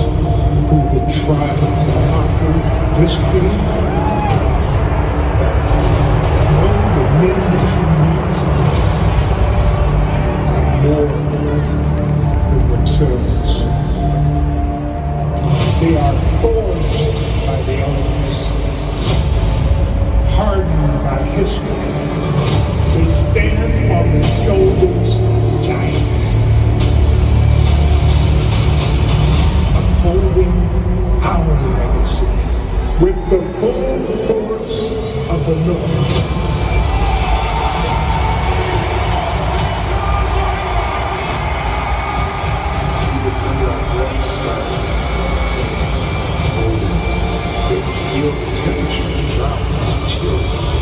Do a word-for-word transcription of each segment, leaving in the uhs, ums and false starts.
who would try to conquer this field. Know the men that you meet are more than themselves. They are forged by the elements, hardened by history. They stand on the shoulders of giants, upholding our legacy with the full force of the North. Feel the temperature drop as chill.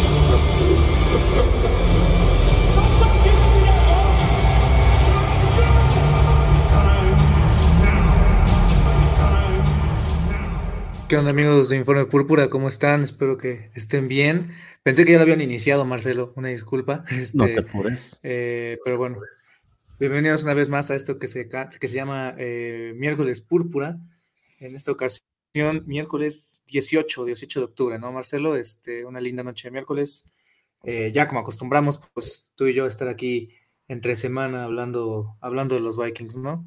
¿Qué onda, amigos de Informe Púrpura? ¿Cómo están? Espero que estén bien. Pensé que ya lo habían iniciado, Marcelo, una disculpa. Este, no te apures. Eh, pero bueno, bienvenidos una vez más a esto que se, que se llama eh, Miércoles Púrpura. En esta ocasión, miércoles dieciocho, dieciocho de octubre, ¿no, Marcelo? Este, una linda noche de miércoles. Eh, ya como acostumbramos, pues tú y yo estar aquí entre semana hablando, hablando de los Vikings, ¿no?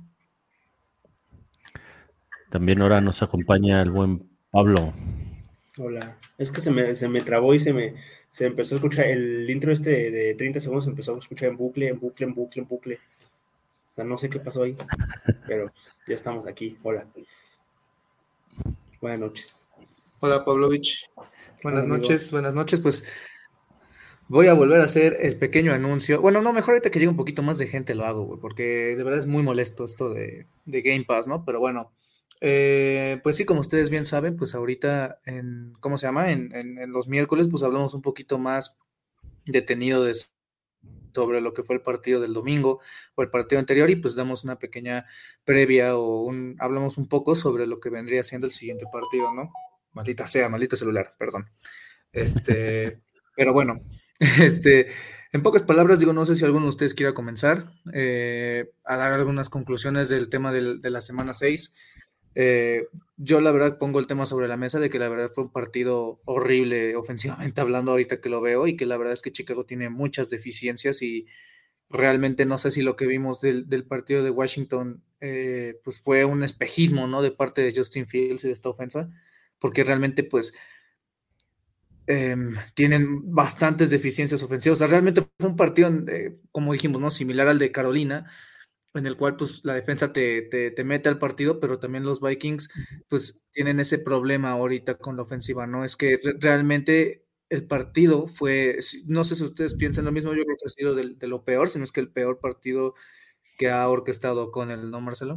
También ahora nos acompaña el buen Pablo. Hola, es que se me, se me trabó y se me se empezó a escuchar el intro este de, de treinta segundos, se empezó a escuchar en bucle, en bucle, en bucle, en bucle. O sea, no sé qué pasó ahí, pero ya estamos aquí. Hola. Buenas noches. Hola, Pavlovich. Buenas Hola, noches, amigo. Buenas noches. Pues voy a volver a hacer el pequeño anuncio. Bueno, no, mejor ahorita que llegue un poquito más de gente lo hago, güey, porque de verdad es muy molesto esto de, de Game Pass, ¿no? Pero bueno. Eh, pues sí, como ustedes bien saben, pues ahorita en, ¿cómo se llama? En, en, en los miércoles, pues hablamos un poquito más detenido de, sobre lo que fue el partido del domingo o el partido anterior y pues damos una pequeña previa o un, hablamos un poco sobre lo que vendría siendo el siguiente partido, ¿no? Maldita sea, maldito celular, perdón. Este, pero bueno, este, en pocas palabras digo, no sé si alguno de ustedes quiera comenzar eh, a dar algunas conclusiones del tema del, de la semana seis. Eh, yo la verdad pongo el tema sobre la mesa de que la verdad fue un partido horrible ofensivamente hablando ahorita que lo veo y que la verdad es que Chicago tiene muchas deficiencias y realmente no sé si lo que vimos del, del partido de Washington eh, pues fue un espejismo, ¿no? De parte de Justin Fields y de esta ofensa, porque realmente pues eh, tienen bastantes deficiencias ofensivas. O sea, realmente fue un partido, eh, como dijimos, ¿no? Similar al de Carolina, en el cual pues la defensa te, te, te mete al partido, pero también los Vikings pues tienen ese problema ahorita con la ofensiva, ¿no? Es que re- realmente el partido fue, no sé si ustedes piensan lo mismo, yo creo que ha sido de, de lo peor, si no es que el peor partido que ha orquestado con el, ¿no, Marcelo?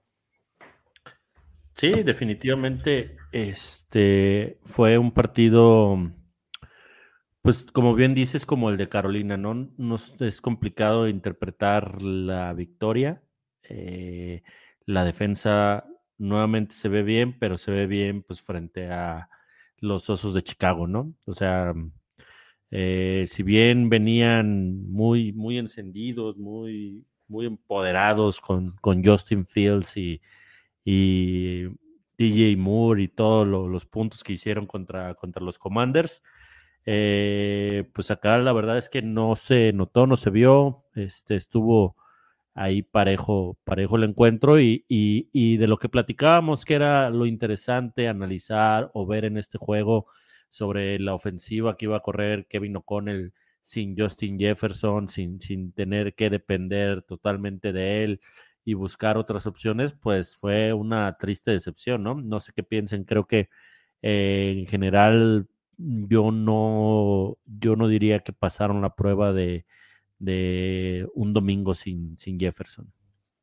Sí, definitivamente este fue un partido, pues como bien dices, como el de Carolina, ¿no? Nos, es complicado interpretar la victoria. Eh, la defensa nuevamente se ve bien, pero se ve bien pues frente a los Osos de Chicago, ¿no? O sea, eh, si bien venían muy, muy encendidos, muy, muy empoderados con, con Justin Fields y, y D J Moore y todos lo, los puntos que hicieron contra, contra los Commanders, eh, pues acá la verdad es que no se notó, no se vio, este, estuvo ahí parejo, parejo el encuentro y, y, y de lo que platicábamos que era lo interesante analizar o ver en este juego sobre la ofensiva que iba a correr Kevin O'Connell sin Justin Jefferson, sin, sin tener que depender totalmente de él y buscar otras opciones, pues fue una triste decepción, ¿no? No sé qué piensen, creo que eh, en general yo no, yo no diría que pasaron la prueba de, de un domingo sin, sin Jefferson.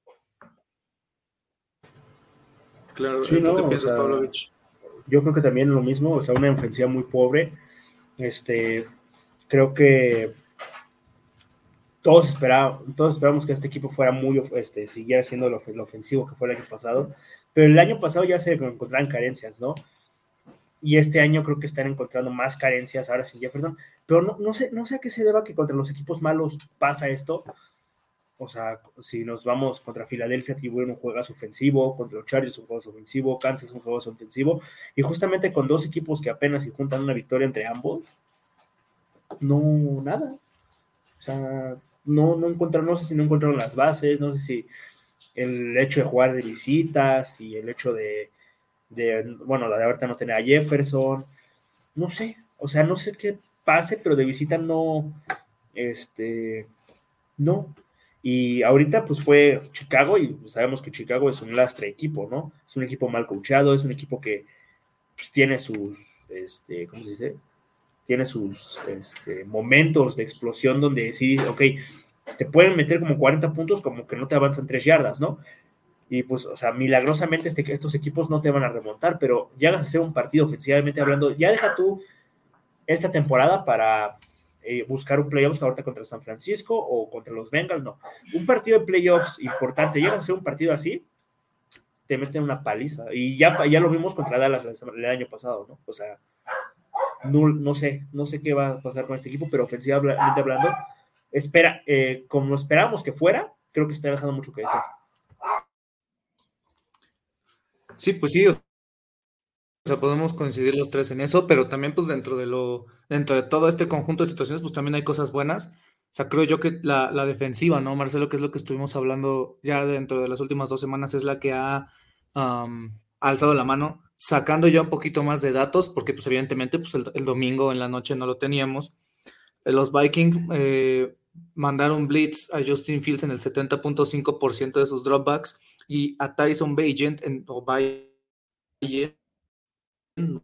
Claro, Sí, ¿tú no, qué o piensas, sea, Pavlovich? yo creo que también lo mismo, o sea, una ofensiva muy pobre. Este, creo que todos esperábamos, todos esperábamos que este equipo fuera muy, este, siguiera siendo lo, lo ofensivo que fue el año pasado, pero el año pasado ya se encontraron carencias, ¿no? Y este año creo que están encontrando más carencias ahora sin Jefferson, pero no, no sé, no sé a qué se deba que contra los equipos malos pasa esto, O sea, si nos vamos contra Filadelfia, tuvieron un juegazo ofensivo, contra los Chargers un juegazo ofensivo, Kansas un juegazo ofensivo, y justamente con dos equipos que apenas se juntan una victoria entre ambos, no, nada. O sea, no, no encontraron, no sé si no encontraron las bases, no sé si el hecho de jugar de visitas y el hecho de, de bueno, la de ahorita no tener a Jefferson, no sé, o sea, no sé qué pase, pero de visita no, este, no. Y ahorita pues fue Chicago y sabemos que Chicago es un lastre equipo, ¿no? Es un equipo mal coachado, es un equipo que pues, tiene sus, este, ¿cómo se dice? Tiene sus este, momentos de explosión donde sí, ok, te pueden meter como cuarenta puntos, como que no te avanzan tres yardas, ¿no? Y pues, o sea, milagrosamente este, estos equipos no te van a remontar, pero llegas a hacer un partido ofensivamente hablando, ya deja tú esta temporada para eh, buscar un playoffs ahorita contra San Francisco o contra los Bengals, no. Un partido de playoffs importante, llegas a hacer un partido así, te meten una paliza. Y ya, ya lo vimos contra Dallas el año pasado, ¿no? O sea, no, no sé, no sé qué va a pasar con este equipo, pero ofensivamente hablando, espera, eh, como esperábamos que fuera, creo que está dejando mucho que decir. Sí, pues sí, o sea, podemos coincidir los tres en eso, pero también pues dentro de lo, dentro de todo este conjunto de situaciones, pues también hay cosas buenas. O sea, creo yo que la, la defensiva, ¿no, Marcelo? Que es lo que estuvimos hablando ya dentro de las últimas dos semanas, es la que ha um, alzado la mano, sacando ya un poquito más de datos, porque pues evidentemente pues el, el domingo en la noche no lo teníamos. Los Vikings eh, mandaron blitz a Justin Fields en el setenta punto cinco por ciento de sus dropbacks y a Tyson Bagent en, o Bagent, no,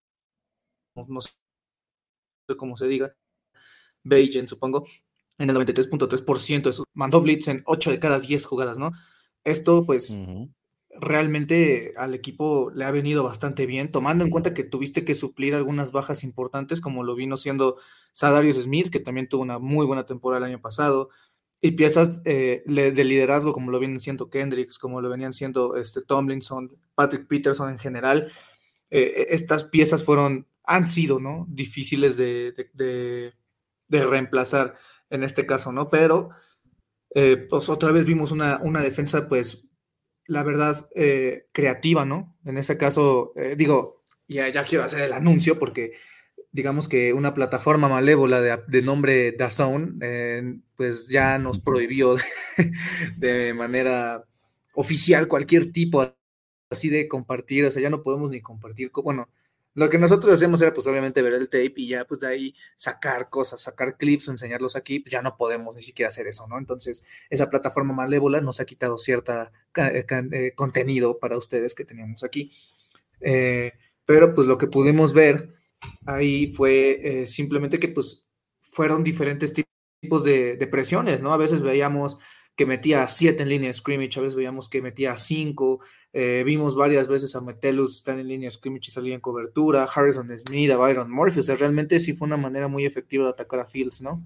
no sé cómo se diga, Bagent supongo, en el noventa y tres punto tres por ciento de sus, mandó blitz en ocho de cada diez jugadas, ¿no? Esto pues uh-huh. realmente al equipo le ha venido bastante bien, tomando en cuenta que tuviste que suplir algunas bajas importantes, como lo vino siendo Zadarius Smith, que también tuvo una muy buena temporada el año pasado, y piezas eh, de liderazgo, como lo vienen siendo Kendricks, como lo venían siendo este, Tomlinson, Patrick Peterson en general. Eh, estas piezas fueron, han sido, ¿no? Difíciles de, de, de, de reemplazar en este caso, ¿no? Pero, eh, pues otra vez vimos una, una defensa, pues, la verdad, eh, creativa, ¿no? En ese caso, eh, digo, ya, ya quiero hacer el anuncio porque digamos que una plataforma malévola de, de nombre DAZN, eh, pues ya nos prohibió de, de manera oficial cualquier tipo así de compartir, o sea, ya no podemos ni compartir, bueno, lo que nosotros hacemos era pues obviamente ver el tape y ya pues de ahí sacar cosas, sacar clips, enseñarlos aquí, pues ya no podemos ni siquiera hacer eso, ¿no? Entonces, esa plataforma malévola nos ha quitado cierta eh, contenido para ustedes que teníamos aquí. Eh, pero pues lo que pudimos ver ahí fue eh, simplemente que pues fueron diferentes tipos de, de presiones, ¿no? A veces veíamos que metía a siete en línea de scrimmage, a veces veíamos que metía a cinco, eh, vimos varias veces a Metellus estar en línea de scrimmage y salir en cobertura, Harrison Smith, a Byron Murphy, o sea, realmente sí fue una manera muy efectiva de atacar a Fields, ¿no?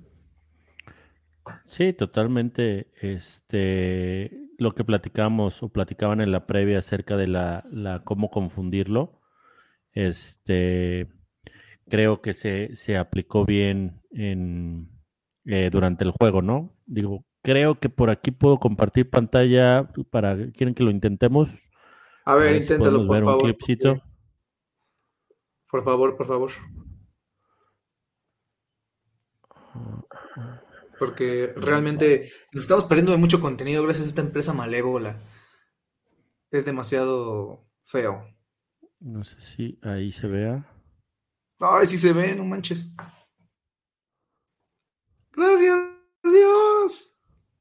Sí, totalmente. Este, lo que platicamos o platicaban en la previa acerca de la, la cómo confundirlo, este, creo que se, se aplicó bien en, eh, durante el juego, ¿no? Digo, creo que por aquí puedo compartir pantalla para, ¿quieren que lo intentemos? A ver, a ver inténtalo, si por ver favor. Un clipcito. Porque... Por favor, por favor. Porque realmente nos estamos perdiendo de mucho contenido gracias a esta empresa malévola. Es demasiado feo. No sé si ahí se vea. Ay, sí se ve, no manches. Gracias, Dios.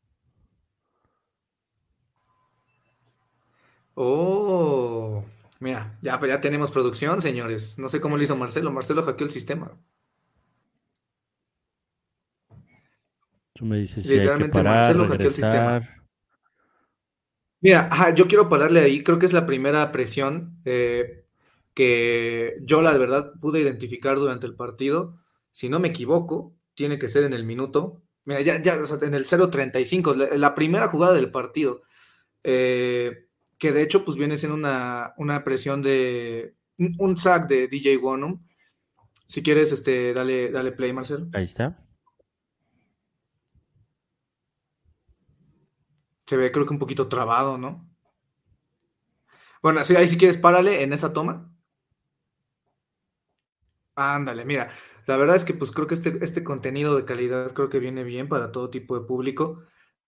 Oh, mira, ya, ya tenemos producción, señores. No sé cómo lo hizo Marcelo. Marcelo hackeó el sistema. Tú me dices si hay que parar, Marcelo hackeó el sistema. Mira, ajá, yo quiero pararle ahí. Creo que es la primera presión eh, que yo, la verdad, pude identificar durante el partido. Si no me equivoco, tiene que ser en el minuto. Mira, ya, ya o sea, en el cero treinta y cinco, la, la primera jugada del partido. Eh, que de hecho, pues viene siendo una, una presión de. Un, un sack de D J Wonnum. Si quieres, este, dale, dale play, Marcelo. Ahí está. Se ve creo que un poquito trabado, ¿no? Bueno, sí, ahí si quieres párale en esa toma. Ándale, mira, la verdad es que pues creo que este, este contenido de calidad creo que viene bien para todo tipo de público.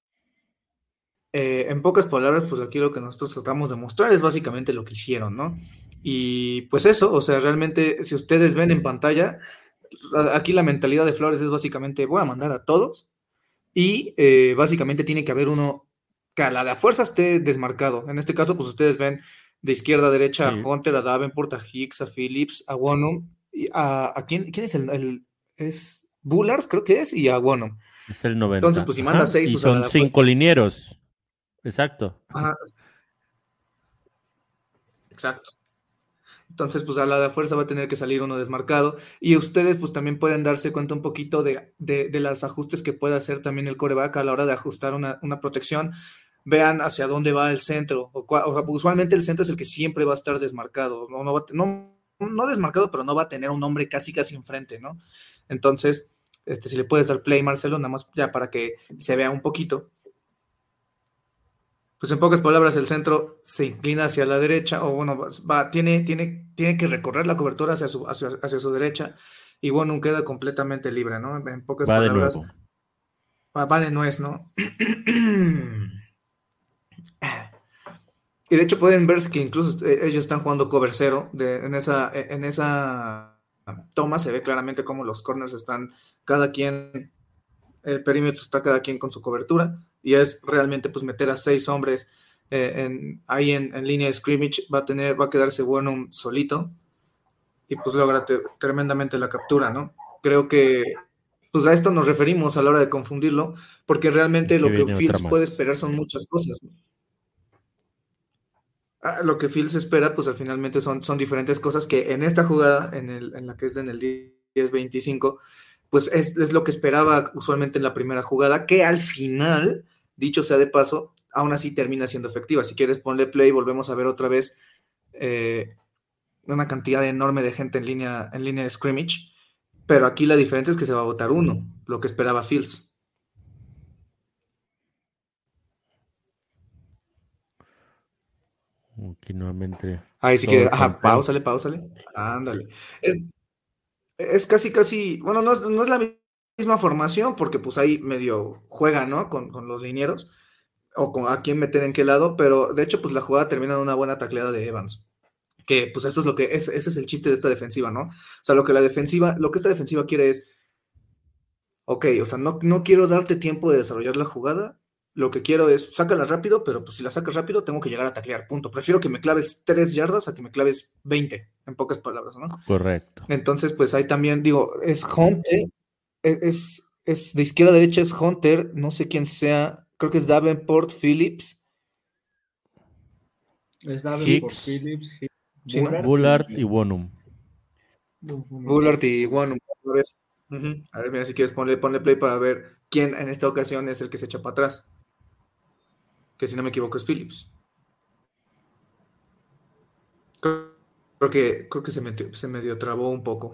Eh, en pocas palabras, pues aquí lo que nosotros tratamos de mostrar es básicamente lo que hicieron, ¿no? Y pues eso, o sea, realmente si ustedes ven en pantalla, a- aquí la mentalidad de Flores es básicamente voy a mandar a todos y eh, básicamente tiene que haber uno que a la de a fuerza esté desmarcado. En este caso, pues ustedes ven de izquierda a derecha a Sí, Hunter, a Davenport, a Hicks, a Phillips, a Wonum, y a, a quién, ¿quién es el, el- es Bullars, creo que es, y a Wonum. es el Entonces, noventa. pues si manda Ajá. seis, Y pues a la son de a fuerza. cinco linieros. Exacto. Ajá, exacto. Entonces, pues a la de fuerza va a tener que salir uno desmarcado. Y ustedes, pues también pueden darse cuenta un poquito de, de, de los ajustes que puede hacer también el coreback a la hora de ajustar una, una protección. Vean hacia dónde va el centro. O, cua- o sea, usualmente el centro es el que siempre va a estar desmarcado. No, no, va a te- no, no desmarcado, pero no va a tener un hombre casi casi enfrente, ¿no? Entonces, este, si le puedes dar play, Marcelo, nada más ya para que se vea un poquito. Pues en pocas palabras, el centro se inclina hacia la derecha, o bueno, va, tiene, tiene, tiene que recorrer la cobertura hacia su, hacia, hacia su derecha, y bueno, queda completamente libre, ¿no? En pocas Va de palabras, nuevo. va, va de nuez, ¿no? Y de hecho pueden ver que incluso eh, ellos están jugando cover cero. De, en, esa, en esa toma se ve claramente cómo los corners están cada quien, el perímetro está cada quien con su cobertura, y es realmente pues meter a seis hombres eh, en, ahí en, en, línea de scrimmage. Va a tener, va a quedarse bueno solito, y pues logra te, tremendamente la captura, ¿no? Creo que pues a esto nos referimos a la hora de confundirlo, porque realmente Aquí lo que viene otra Fields puede más. esperar son muchas cosas, ¿no? Ah, lo que Fields espera, pues al finalmente son, son diferentes cosas que en esta jugada, en, el, en la que es en el diez veinticinco, pues es, es, lo que esperaba usualmente en la primera jugada, que al final, dicho sea de paso, aún así termina siendo efectiva. Si quieres ponle play, volvemos a ver otra vez eh, una cantidad enorme de gente en línea, en línea de scrimmage, pero aquí la diferencia es que se va a votar uno, lo que esperaba Fields. Aquí nuevamente Ahí si todo quieres, el ajá, conteo. pausale, pausale, ándale. Es, Es casi, casi, bueno, no es, no es la misma formación, porque pues ahí medio juega, ¿no? Con, con los linieros, o con a quién meter en qué lado, pero de hecho, pues la jugada termina en una buena tacleada de Evans. Que pues eso es lo que, es, ese es el chiste de esta defensiva, ¿no? O sea, lo que la defensiva, lo que esta defensiva quiere es, ok, o sea, no, no quiero darte tiempo de desarrollar la jugada, lo que quiero es, sácala rápido, pero pues si la sacas rápido, tengo que llegar a taclear, punto. Prefiero que me claves tres yardas a que me claves veinte, en pocas palabras, ¿no? Correcto. Entonces, pues ahí también digo, es Hunter, es, es de izquierda a derecha es Hunter, no sé quién sea, creo que es Davenport, Phillips, Es Davenport, Hicks, Phillips, Hicks, ¿sí, no? Bullard Bullard y y... Bonum. Bullard y bueno, a ver, ujú. A ver, mira, si quieres ponle, ponle play para ver quién en esta ocasión es el que se echa para atrás, que si no me equivoco es Phillips. Creo, creo que, creo que se, metió, se medio trabó un poco.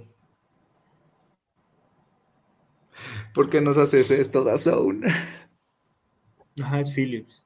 ¿Por qué nos haces esto, DAZN? Ajá, es Phillips.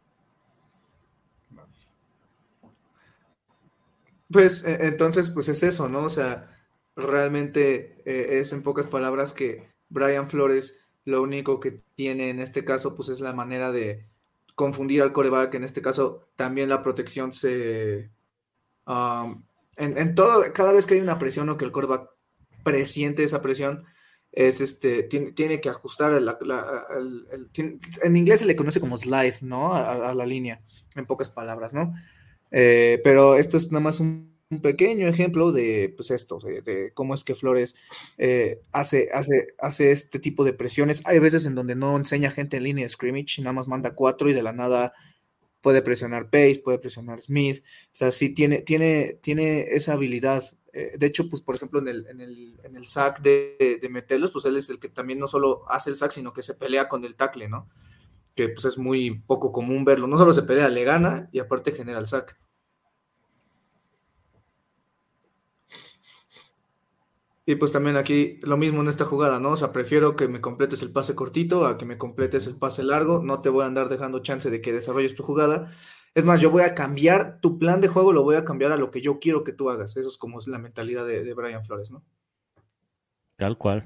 Pues eh, entonces, pues es eso, ¿no? O sea, realmente eh, es en pocas palabras que Brian Flores lo único que tiene en este caso, pues es la manera de confundir al coreback. En este caso, también la protección se... um, en, en todo, cada vez que hay una presión o que el coreback presiente esa presión, es este, tiene, tiene que ajustar la, la, el, el, tiene, en inglés se le conoce como slide, ¿no? A, a la línea, en pocas palabras, ¿no? Eh, pero esto es nada más un, un pequeño ejemplo de, pues esto, de, de cómo es que Flores eh, hace, hace, hace este tipo de presiones. Hay veces en donde no enseña gente en línea de scrimmage, nada más manda cuatro y de la nada puede presionar Pace, puede presionar Smith. O sea, sí tiene, tiene, tiene esa habilidad. Eh, de hecho, pues por ejemplo, en el, en el, en el sack de, de Metelos, pues él es el que también no solo hace el sack, sino que se pelea con el tackle, ¿no? Que pues es muy poco común verlo. No solo se pelea, le gana y aparte genera el sack. Y pues también aquí lo mismo en esta jugada, ¿no? O sea, prefiero que me completes el pase cortito a que me completes el pase largo. No te voy a andar dejando chance de que desarrolles tu jugada. Es más, yo voy a cambiar tu plan de juego, lo voy a cambiar a lo que yo quiero que tú hagas. Eso es como es la mentalidad de, de Brian Flores, ¿no? Tal cual.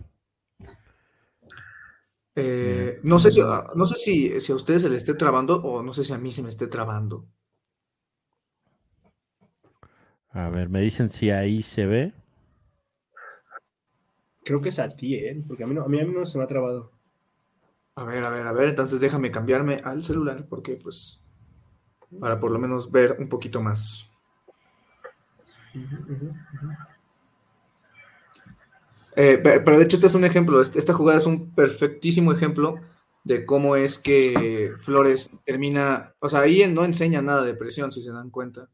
Eh, no sé si, no sé si, si a ustedes se les esté trabando o no sé si a mí se me esté trabando. A ver, me dicen si ahí se ve. Creo que es a ti, ¿eh? Porque a mí no, a mí, a mí no se me ha trabado. A ver, a ver, a ver. Entonces déjame cambiarme al celular porque, pues, para por lo menos ver un poquito más. Uh-huh, uh-huh, uh-huh. Eh, pero de hecho este es un ejemplo, esta jugada es un perfectísimo ejemplo de cómo es que Flores termina, o sea, ahí no enseña nada de presión, si se dan cuenta.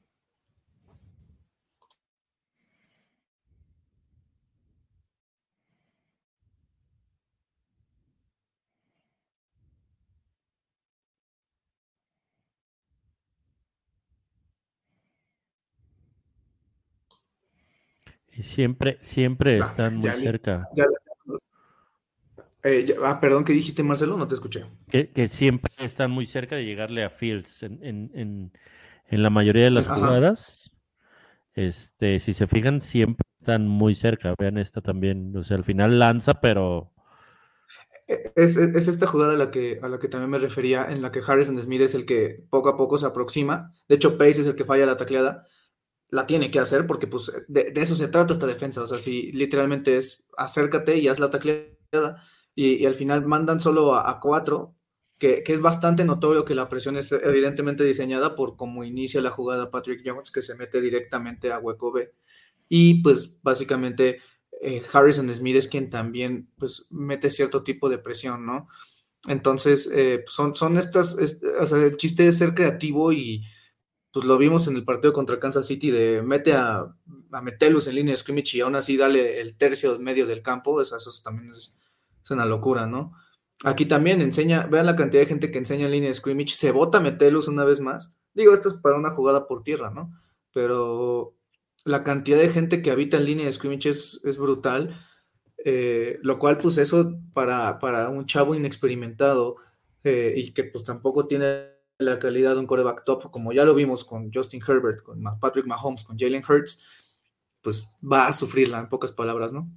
Y siempre, siempre Va, están muy ya listo. cerca. Ya, eh, ya, ah, perdón, ¿qué dijiste, Marcelo? No te escuché. Que, que siempre están muy cerca de llegarle a Fields en, en, en, en la mayoría de las Ajá. jugadas. Este, si se fijan, siempre están muy cerca. Vean esta también. O sea, al final lanza, pero Es, es esta jugada a la, que, a la que también me refería, en la que Harrison Smith es el que poco a poco se aproxima. De hecho, Pace es el que falla la tacleada. La tiene que hacer porque pues de, de eso se trata esta defensa. O sea, si literalmente es acércate y haz la tacleada y, y al final mandan solo a, a cuatro, que, que es bastante notorio que la presión es evidentemente diseñada por cómo inicia la jugada Patrick Jones, que se mete directamente a hueco B. Y pues básicamente eh, Harrison Smith es quien también pues mete cierto tipo de presión, ¿no? Entonces, eh, son, son estas, es, o sea, el chiste es ser creativo y pues lo vimos en el partido contra Kansas City de mete a, a Metellus en línea de scrimmage y aún así dale el tercio medio del campo, eso, eso también es, es una locura, ¿no? Aquí también enseña, vean la cantidad de gente que enseña en línea de scrimmage, se bota Metellus una vez más, digo, esto es para una jugada por tierra, ¿no? Pero la cantidad de gente que habita en línea de scrimmage es, es brutal, eh, lo cual pues eso para, para un chavo inexperimentado eh, y que pues tampoco tiene la calidad de un quarterback top, como ya lo vimos con Justin Herbert, con Patrick Mahomes, con Jalen Hurts, pues va a sufrirla, en pocas palabras, ¿no?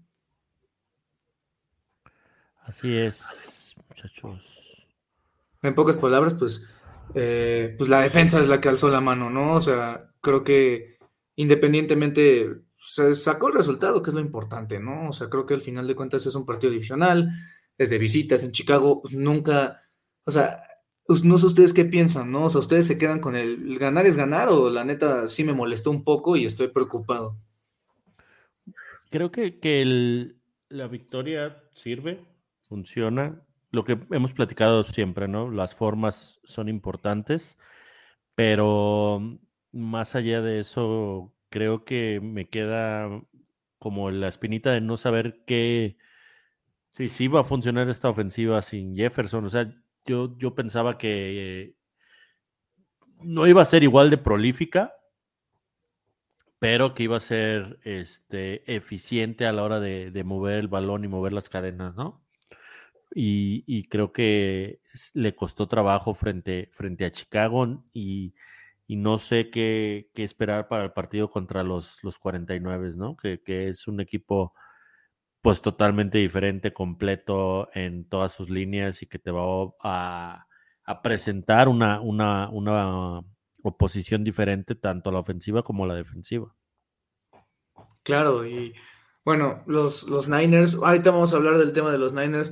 así es, muchachos. En pocas palabras, pues, eh, pues la defensa es la que alzó la mano, ¿no? O sea, creo que independientemente se sacó el resultado, que es lo importante, ¿no? O sea, creo que al final de cuentas es un partido divisional, es de visitas en Chicago, pues nunca, o sea, pues, no sé ustedes qué piensan, ¿no? O sea, ustedes se quedan con el, el ganar es ganar o la neta sí me molestó un poco y estoy preocupado. Creo que, que el- la victoria sirve, funciona. Lo que hemos platicado siempre, ¿no? Las formas son importantes, pero más allá de eso, creo que me queda como la espinita de no saber qué, si sí va a funcionar esta ofensiva sin Jefferson. O sea, yo, yo pensaba que eh, no iba a ser igual de prolífica, pero que iba a ser este, eficiente a la hora de, de mover el balón y mover las cadenas, ¿no? Y, y creo que le costó trabajo frente, frente a Chicago y, y no sé qué, qué esperar para el partido contra los, los cuarenta y nueve, ¿no? Que, que es un equipo pues totalmente diferente, completo en todas sus líneas y que te va a, a presentar una, una, una oposición diferente tanto a la ofensiva como a la defensiva. Claro, y bueno, los, los Niners, ahorita vamos a hablar del tema de los Niners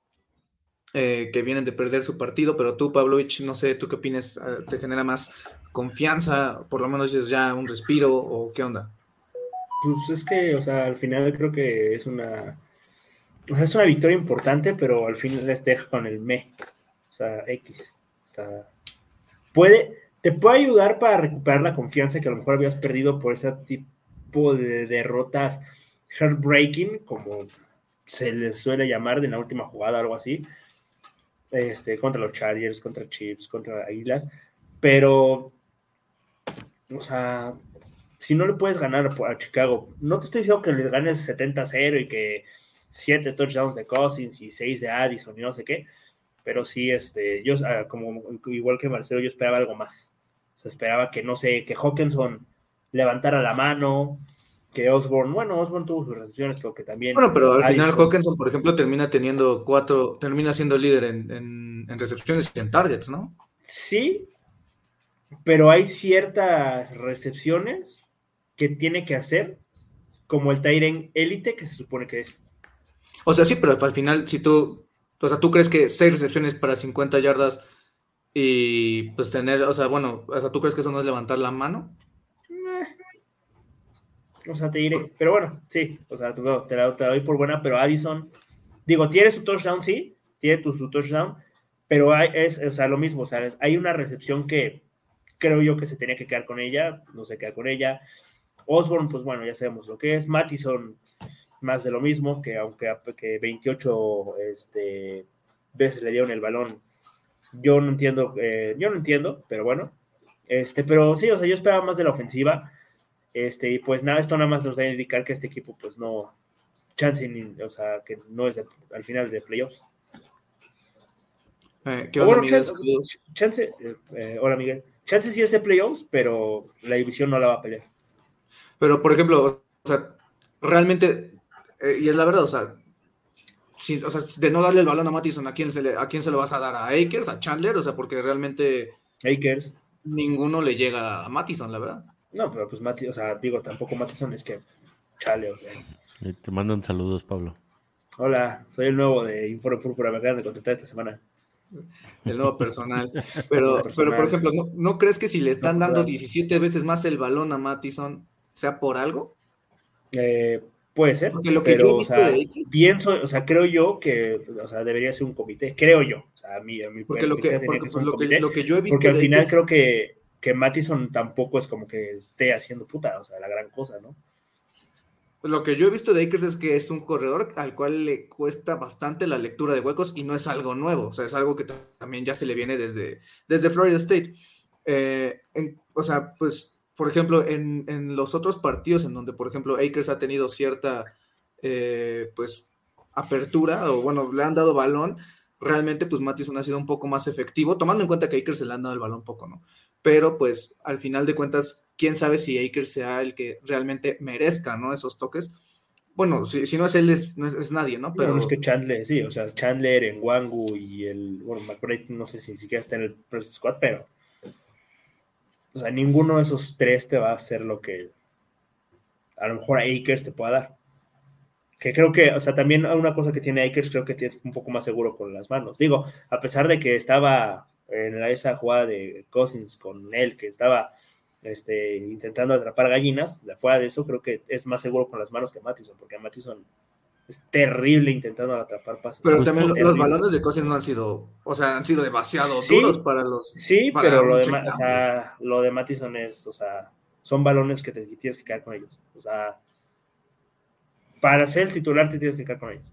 eh, que vienen de perder su partido, pero tú, Pavlovich, no sé, ¿tú qué opinas? Eh, ¿Te genera más confianza? ¿Por lo menos es ya un respiro o qué onda? Pues es que, o sea, al final creo que es una, o sea, es una victoria importante, pero al final les deja con el me, o sea, X. O sea, puede, te puede ayudar para recuperar la confianza que a lo mejor habías perdido por ese tipo de derrotas heartbreaking, como se les suele llamar de la última jugada o algo así, este, contra los Chargers, contra Chiefs, contra Águilas, pero, o sea, si no le puedes ganar a Chicago, no te estoy diciendo que les ganes setenta a cero y que siete touchdowns de Cousins y seis de Addison y no sé qué, pero sí, este, yo, como igual que Marcelo, yo esperaba algo más. O sea, esperaba que, no sé, que Hawkinson levantara la mano, que Osborne, bueno, Osborne tuvo sus recepciones, pero que también... Bueno, pero al Addison, final Hawkinson, por ejemplo, termina teniendo cuatro, termina siendo líder en, en, en recepciones y en targets, ¿no? Sí, pero hay ciertas recepciones que tiene que hacer como el tight end élite que se supone que es. O sea, sí, pero al final, si tú, o sea, tú crees que seis recepciones para cincuenta yardas y pues tener, o sea, bueno, o sea, ¿tú crees que eso no es levantar la mano? O sea, te diré, pero bueno, sí, o sea, te, te, la, te la doy por buena, pero Addison, digo, tiene su touchdown, sí, tiene tu, su touchdown, pero hay, es, o sea, lo mismo, o sea, hay una recepción que creo yo que se tenía que quedar con ella, no se queda con ella. Osborne, pues bueno, ya sabemos lo que es. Mattison, más de lo mismo, que aunque que veintiocho este, veces le dieron el balón, yo no entiendo, eh, yo no entiendo, pero bueno, este, pero sí, o sea, yo esperaba más de la ofensiva, este, y pues nada, esto nada más nos da a indicar que este equipo, pues no, chance, ni, o sea, que no es de, al final de playoffs. Eh, ¿Qué onda, bueno, Miguel? chance, chance eh, eh, hola Miguel, chance sí es de playoffs, pero la división no la va a pelear. Pero, por ejemplo, o sea, realmente, eh, y es la verdad, o sea, si, o sea, de no darle el balón a Mattison, ¿a quién, se le, ¿a quién se lo vas a dar? ¿A Akers? ¿A Chandler? O sea, porque realmente Akers. ninguno le llega a Mattison, la verdad. No, pero pues Mati, o sea, digo, tampoco Mattison es que chale, o sea. Y te mandan saludos, Pablo. Hola, soy el nuevo de Informe Púrpura, me acaban de contratar esta semana. El nuevo personal. Pero, personal. pero por ejemplo, ¿no, ¿no crees que si le están No, dando claro. diecisiete veces más el balón a Mattison, sea por algo? Eh, puede ser, Porque lo que pero, yo he o visto sea, de Akers, pienso, o sea, creo yo que, o sea, debería ser un comité, creo yo, o sea, a mí, a mi porque lo que, perspectiva tenía porque que ser pues un lo que, comité, lo que yo he visto porque al de final Akers, creo que, que Mattison tampoco es como que esté haciendo puta, o sea, la gran cosa, ¿no? lo que yo he visto de Akers es que es un corredor al cual le cuesta bastante la lectura de huecos y no es algo nuevo, o sea, es algo que también ya se le viene desde, desde Florida State. Eh, en, o sea, pues, por ejemplo, en, en los otros partidos en donde, por ejemplo, Akers ha tenido cierta, eh, pues, apertura, o bueno, le han dado balón, realmente, pues, Mattison ha sido un poco más efectivo, tomando en cuenta que a Akers se le han dado el balón poco, ¿no? Pero, pues, al final de cuentas, quién sabe si Akers sea el que realmente merezca, ¿no? Esos toques. Bueno, si, si no es él, es, no es, es nadie, ¿no? Pero No, no es que Chandler, sí, o sea, Chandler, Nwangu y el, bueno, McBride, no sé si ni siquiera está en el practice squad, pero, o sea, ninguno de esos tres te va a hacer lo que a lo mejor Akers te pueda dar. Que creo que, o sea, también una cosa que tiene Akers, creo que es un poco más seguro con las manos. Digo, a pesar de que estaba en la, esa jugada de Cousins con él, que estaba este, intentando atrapar gallinas, fuera de eso, creo que es más seguro con las manos que Mattison, porque Mattison es terrible intentando atrapar pases. Pero Justo, también terrible. los balones de Cousins no han sido, o sea, han sido demasiado Sí, duros para los. Sí, para pero lo un de, check-down, o sea, lo de Mattison es, o sea, son balones que te tienes que quedar con ellos. O sea, para ser el titular te tienes que quedar con ellos.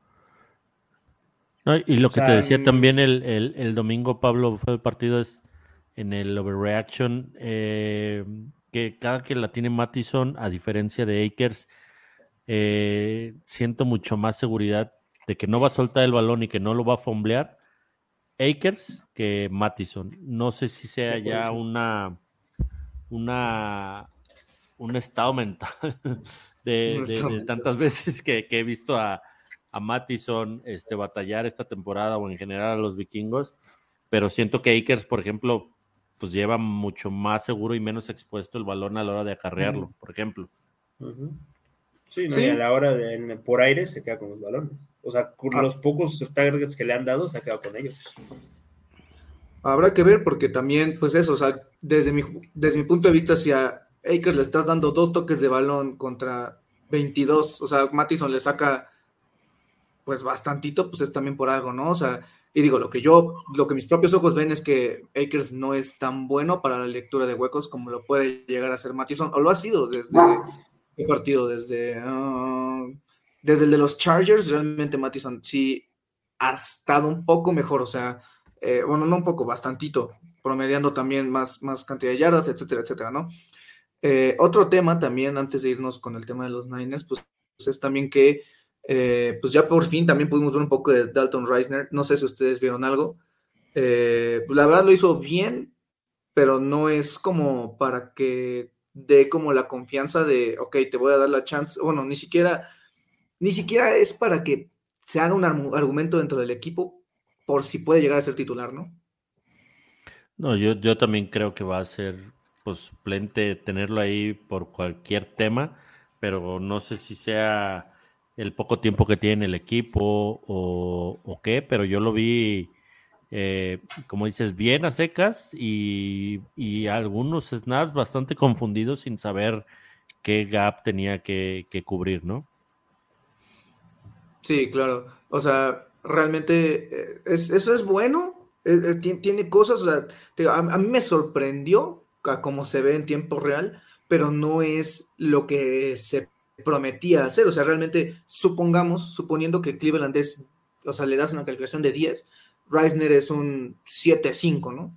No, y lo O que te sea, decía también el, el, el domingo, Pablo, fue el partido es en el overreaction, eh, que cada que la tiene Mattison, a diferencia de Akers, eh, siento mucho más seguridad de que no va a soltar el balón y que no lo va a fomblear Akers que Mattison. No sé si sea ya una, una un estado mental de, de, de tantas veces que, que he visto a, a Mattison este, batallar esta temporada o en general a los vikingos, pero siento que Akers, por ejemplo, pues lleva mucho más seguro y menos expuesto el balón a la hora de acarrearlo, uh-huh. por ejemplo. Uh-huh. Sí, no, sí, y a la hora de en, por aire se queda con los balones. O sea, con ah. los pocos targets que le han dado se ha quedado con ellos. Habrá que ver porque también, pues eso, o sea, desde mi, desde mi punto de vista, si a Akers le estás dando dos toques de balón contra veintidós, o sea, Mattison le saca pues bastantito, pues es también por algo, ¿no? O sea, y digo, lo que yo, lo que mis propios ojos ven es que Akers no es tan bueno para la lectura de huecos como lo puede llegar a ser Mattison, o lo ha sido desde el partido, desde, uh, desde el de los Chargers, realmente Mattison sí ha estado un poco mejor, o sea, eh, bueno, no un poco, bastantito, promediando también más, más cantidad de yardas, etcétera, etcétera, ¿no? Eh, otro tema también, antes de irnos con el tema de los Niners, pues es también que eh, pues ya por fin también pudimos ver un poco de Dalton Reisner. No sé si ustedes vieron algo. Eh, la verdad lo hizo bien, pero no es como para que dé como la confianza de, ok, te voy a dar la chance. Bueno, ni siquiera, ni siquiera es para que se haga un argumento dentro del equipo por si puede llegar a ser titular, ¿no? No, yo, yo también creo que va a ser pues, suplente tenerlo ahí por cualquier tema, pero no sé si sea el poco tiempo que tiene el equipo o, o qué, pero yo lo vi, eh, como dices, bien a secas y, y algunos snaps bastante confundidos sin saber qué gap tenía que, que cubrir, ¿no? Sí, claro. O sea, realmente eh, es, eso es bueno. eh, eh, ti- tiene cosas, o sea, te digo, a, a mí me sorprendió a cómo se ve en tiempo real, pero no es lo que se prometía hacer. O sea, realmente supongamos, suponiendo que Cleveland es, o sea, le das una calificación de diez, Reisner es un siete cinco, ¿no?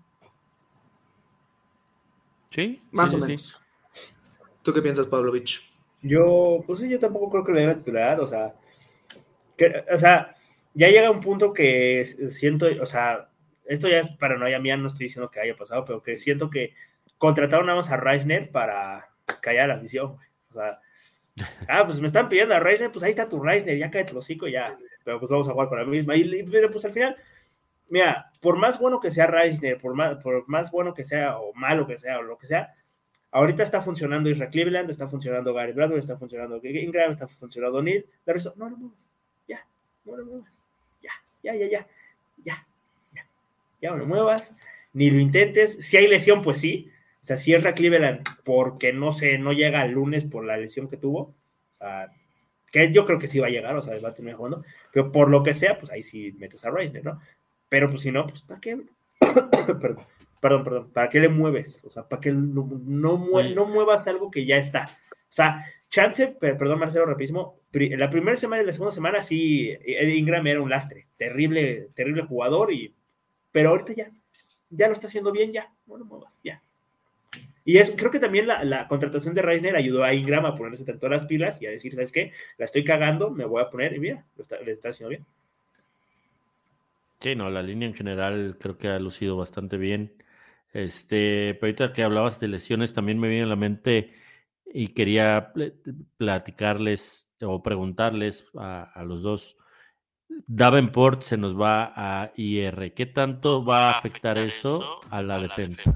Sí, sí, Más o sí, sí. menos. ¿Tú qué piensas, Pavlovich? Yo, pues sí, yo tampoco creo que le dé la titular, o sea, que, o sea, ya llega un punto que siento, o sea, esto ya es paranoia mía, no estoy diciendo que haya pasado, pero que siento que contrataron nada más a Reisner para callar a la afición, o sea, ah, pues me están pidiendo a Reisner, pues ahí está tu Reisner, ya cállate el hocico, ya, pero pues vamos a jugar con la misma, y, pero pues al final, mira, por más bueno que sea Reisner, por más, por más bueno que sea, o malo que sea, o lo que sea, ahorita está funcionando Israel Cleveland, está funcionando Gary Bradbury, está funcionando Ingram, está funcionando Neil. De resto, no lo muevas. Ya, no lo muevas. Ya, ya, ya, ya. Ya, ya. Ya no lo muevas. Ni lo intentes. Si hay lesión, pues sí. O sea, cierra Cleveland porque no sé, no llega el lunes por la lesión que tuvo. O sea, que yo creo que sí va a llegar, o sea, va a terminar jugando. Pero por lo que sea, pues ahí sí metes a Reisner, ¿no? Pero pues si no, pues ¿para qué? perdón, perdón, perdón, ¿para qué le mueves? O sea, ¿para qué no, no, mue no muevas algo que ya está? O sea, chance, perdón, Marcelo, rapidísimo, la primera semana y la segunda semana sí, Ingram era un lastre, terrible, terrible jugador, y, pero ahorita ya, ya lo está haciendo bien, ya, no lo muevas, ya. Y es, creo que también la, la contratación de Reisner ayudó a Ingram a ponerse tanto las pilas y a decir, ¿sabes qué? La estoy cagando, me voy a poner, y mira, lo está, le está haciendo bien. Sí, no, la línea en general creo que ha lucido bastante bien. Este, pero ahorita que hablabas de lesiones, también me viene a la mente y quería pl- platicarles o preguntarles a, a los dos. Davenport se nos va a I R. ¿Qué tanto va a afectar eso a la defensa?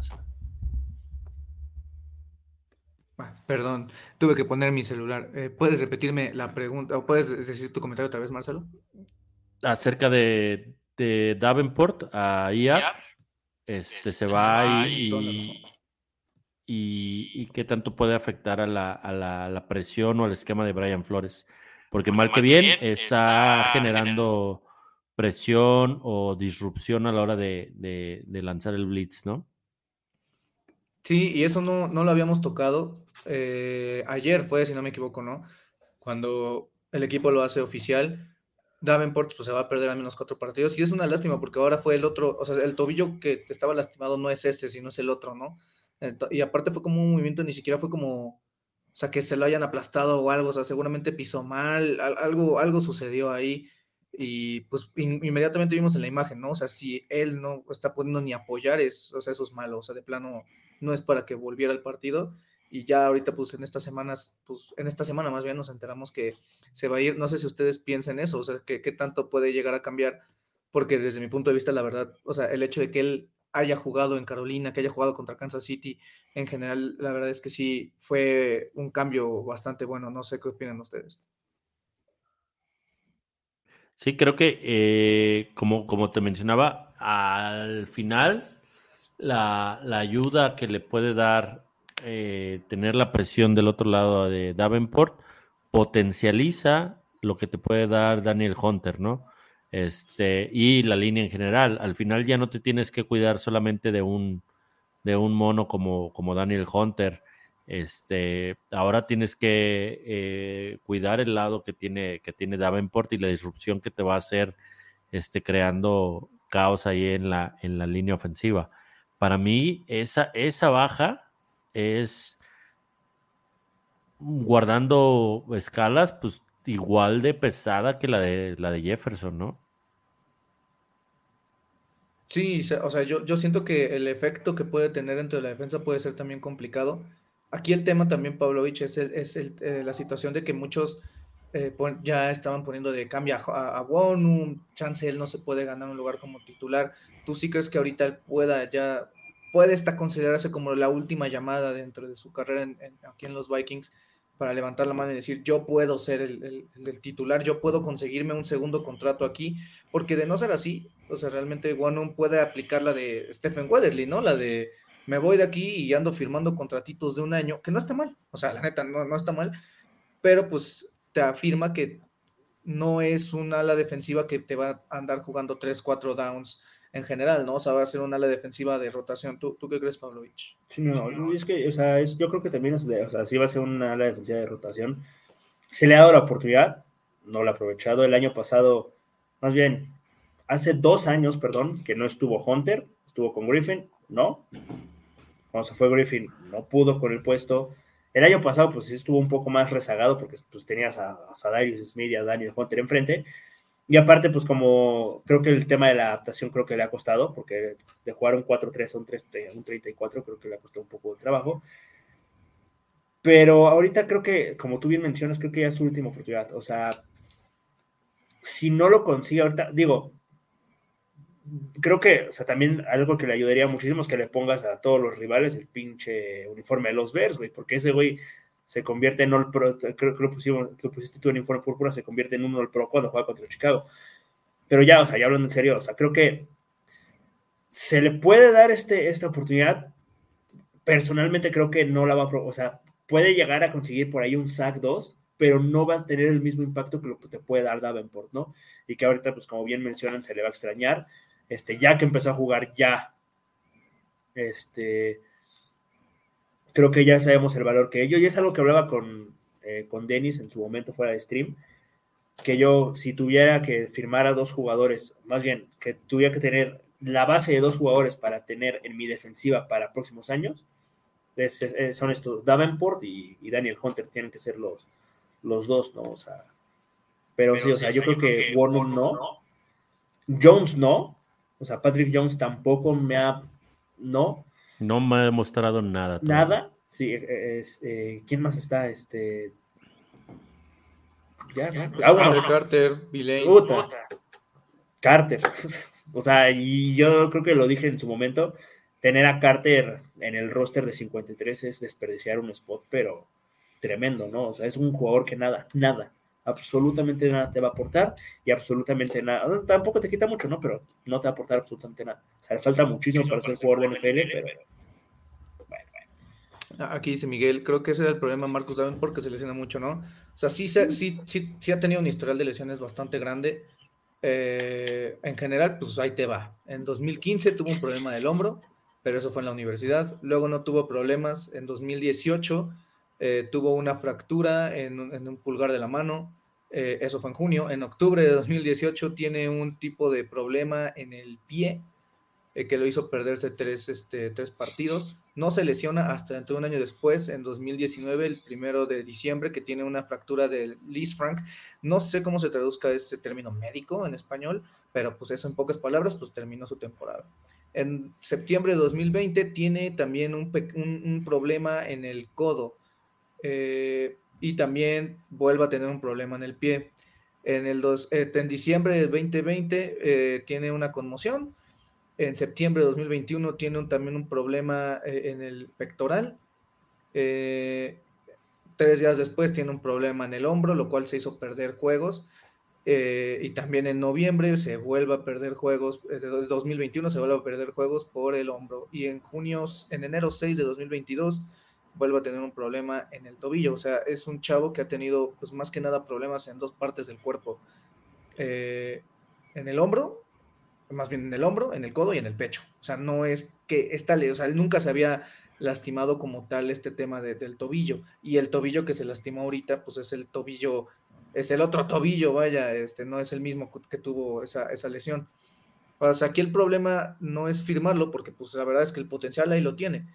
Ah, perdón, tuve que poner mi celular. Eh, ¿puedes repetirme la pregunta o puedes decir tu comentario otra vez, Marcelo? Acerca de, de Davenport a I R, este, se va y, y, y qué tanto puede afectar a la, a, la, a la presión o al esquema de Brian Flores. Porque mal que bien está generando presión o disrupción a la hora de, de, de lanzar el blitz, ¿no? Sí, y eso no, no lo habíamos tocado. Eh, ayer fue, si no me equivoco, ¿no? Cuando el equipo lo hace oficial, Davenport pues, se va a perder al menos cuatro partidos. Y es una lástima porque ahora fue el otro, o sea, el tobillo que estaba lastimado no es ese, sino es el otro, ¿no? Ento- y aparte fue como un movimiento, ni siquiera fue como, o sea, que se lo hayan aplastado o algo, o sea, seguramente pisó mal, al- algo, algo sucedió ahí. Y pues in- inmediatamente vimos en la imagen, ¿no? O sea, si él no está pudiendo ni apoyar, es, o sea, eso es malo, o sea, de plano no es para que volviera al partido. Y ya ahorita, pues en estas semanas, pues en esta semana más bien nos enteramos que se va a ir. No sé si ustedes piensan eso, o sea, que qué tanto puede llegar a cambiar, porque desde mi punto de vista, la verdad, o sea, el hecho de que él haya jugado en Carolina, que haya jugado contra Kansas City, en general, la verdad es que sí fue un cambio bastante bueno. No sé qué opinan ustedes. Sí, creo que eh, como, como te mencionaba, al final la, la ayuda que le puede dar eh, tener la presión del otro lado de Davenport potencializa lo que te puede dar Daniel Hunter, ¿no? Este, y la línea en general. Al final ya no te tienes que cuidar solamente de un, de un mono como, como Daniel Hunter. Este, ahora tienes que eh, cuidar el lado que tiene, que tiene Davenport y la disrupción que te va a hacer este, creando caos ahí en la, en la línea ofensiva. Para mí, esa, esa baja es guardando escalas, pues igual de pesada que la de la de Jefferson, ¿no? Sí, se- o sea, yo, yo siento que el efecto que puede tener dentro de la defensa puede ser también complicado. Aquí el tema también, Pavlovich, es, el, es el, eh, la situación de que muchos eh, pon- ya estaban poniendo de cambio a, a, a Wonu, chance él no se puede ganar un lugar como titular. ¿Tú sí crees que ahorita él pueda ya, puede esta considerarse como la última llamada dentro de su carrera en, en- aquí en los Vikings para levantar la mano y decir, yo puedo ser el, el, el titular, yo puedo conseguirme un segundo contrato aquí? Porque de no ser así, o sea, realmente Wanu puede aplicar la de Stephen Weatherly, ¿no? La de me voy de aquí y ando firmando contratitos de un año, que no está mal, o sea, la neta no, no está mal, pero pues te afirma que no es un ala defensiva que te va a andar jugando tres, cuatro downs en general, ¿no? O sea, va a ser un ala defensiva de rotación. ¿Tú, tú qué crees, Pavlovich? Sí, no, no, es que, o sea, es, yo creo que también es de, o sea, sí va a ser una ala defensiva de rotación. Se le ha dado la oportunidad, no la ha aprovechado. El año pasado, más bien, hace dos años, perdón, que no estuvo Hunter, estuvo con Griffin, no. Cuando se fue Griffin, no pudo con el puesto. El año pasado, pues sí estuvo un poco más rezagado porque pues, tenías a, a Sadarius Smith y a Daniel Hunter enfrente. Y aparte, pues como creo que el tema de la adaptación creo que le ha costado, porque de jugar un cuatro tres a un, tres, un treinta y cuatro creo que le ha costado un poco de trabajo. Pero ahorita creo que, como tú bien mencionas, creo que ya es su última oportunidad. O sea, si no lo consigue ahorita, digo, creo que, o sea, también algo que le ayudaría muchísimo es que le pongas a todos los rivales el pinche uniforme de los Bears, güey, porque ese güey se convierte en All Pro, creo que lo, pusimos, lo pusiste tú en uniforme púrpura, se convierte en un All Pro cuando juega contra Chicago. Pero ya, o sea, ya hablando en serio, o sea, creo que se le puede dar este, esta oportunidad. Personalmente creo que no la va a, o sea, puede llegar a conseguir por ahí un sack dos, pero no va a tener el mismo impacto que lo que te puede dar Davenport, ¿no? Y que ahorita, pues como bien mencionan, se le va a extrañar. Este, ya que empezó a jugar ya, este, creo que ya sabemos el valor que ellos, y es algo que hablaba con, eh, con Dennis en su momento fuera de stream, que yo, si tuviera que firmar a dos jugadores, más bien, que tuviera que tener la base de dos jugadores para tener en mi defensiva para próximos años, es, es, son estos, Davenport y, y Daniel Hunter, tienen que ser los, los dos, ¿no? O sea, pero, pero sí, o sea, yo, yo creo que, que Warner no, no, Jones no, o sea, Patrick Jones tampoco me ha, no. No me ha demostrado nada. Todavía. Nada, sí, es, eh, ¿quién más está? Este... Ya, ¿no? Pues ah, bueno. Carter, Villain. Carter. O sea, y yo creo que lo dije en su momento, tener a Carter en el roster de cincuenta y tres es desperdiciar un spot, pero tremendo, ¿no? O sea, es un jugador que nada, nada, absolutamente nada te va a aportar y absolutamente nada, tampoco te quita mucho, ¿no? Pero no te va a aportar absolutamente nada. O sea, le falta muchísimo para ser jugador de N F L, pero bueno, bueno. Aquí dice Miguel, creo que ese era el problema de Marcus Davenport, que se lesiona mucho, ¿no? O sea, sí, sí, sí, sí ha tenido un historial de lesiones bastante grande. Eh, en general, pues ahí te va. En dos mil quince tuvo un problema del hombro, pero eso fue en la universidad. Luego no tuvo problemas. En dos mil dieciocho eh, tuvo una fractura en, en un pulgar de la mano. Eh, eso fue en junio. En octubre de dos mil dieciocho tiene un tipo de problema en el pie eh, que lo hizo perderse tres, este, tres partidos. No se lesiona hasta dentro de un año después, en dos mil diecinueve, el primero de diciembre, que tiene una fractura del Lisfranc. No sé cómo se traduzca este término médico en español, pero pues eso en pocas palabras, pues terminó su temporada. En septiembre de dos mil veinte tiene también un, un, un problema en el codo eh, y también vuelve a tener un problema en el pie. En, el dos, eh, en diciembre del veinte veinte eh, tiene una conmoción. En septiembre de dos mil veintiuno tiene un, también un problema eh, en el pectoral. Eh, tres días después tiene un problema en el hombro, lo cual se hizo perder juegos. Eh, y también en noviembre se vuelve a perder juegos, eh, de dos mil veintiuno se vuelve a perder juegos por el hombro. Y en junio, en enero seis de dos mil veintidós, vuelve a tener un problema en el tobillo. O sea, es un chavo que ha tenido, pues más que nada, problemas en dos partes del cuerpo. Eh, en el hombro, más bien en el hombro, en el codo y en el pecho. O sea, no es que esta, o sea, él nunca se había lastimado como tal este tema de, del tobillo. Y el tobillo que se lastimó ahorita, pues es el tobillo, es el otro tobillo, vaya, este, no es el mismo que tuvo esa, esa lesión. O sea, aquí el problema no es firmarlo, porque pues la verdad es que el potencial ahí lo tiene.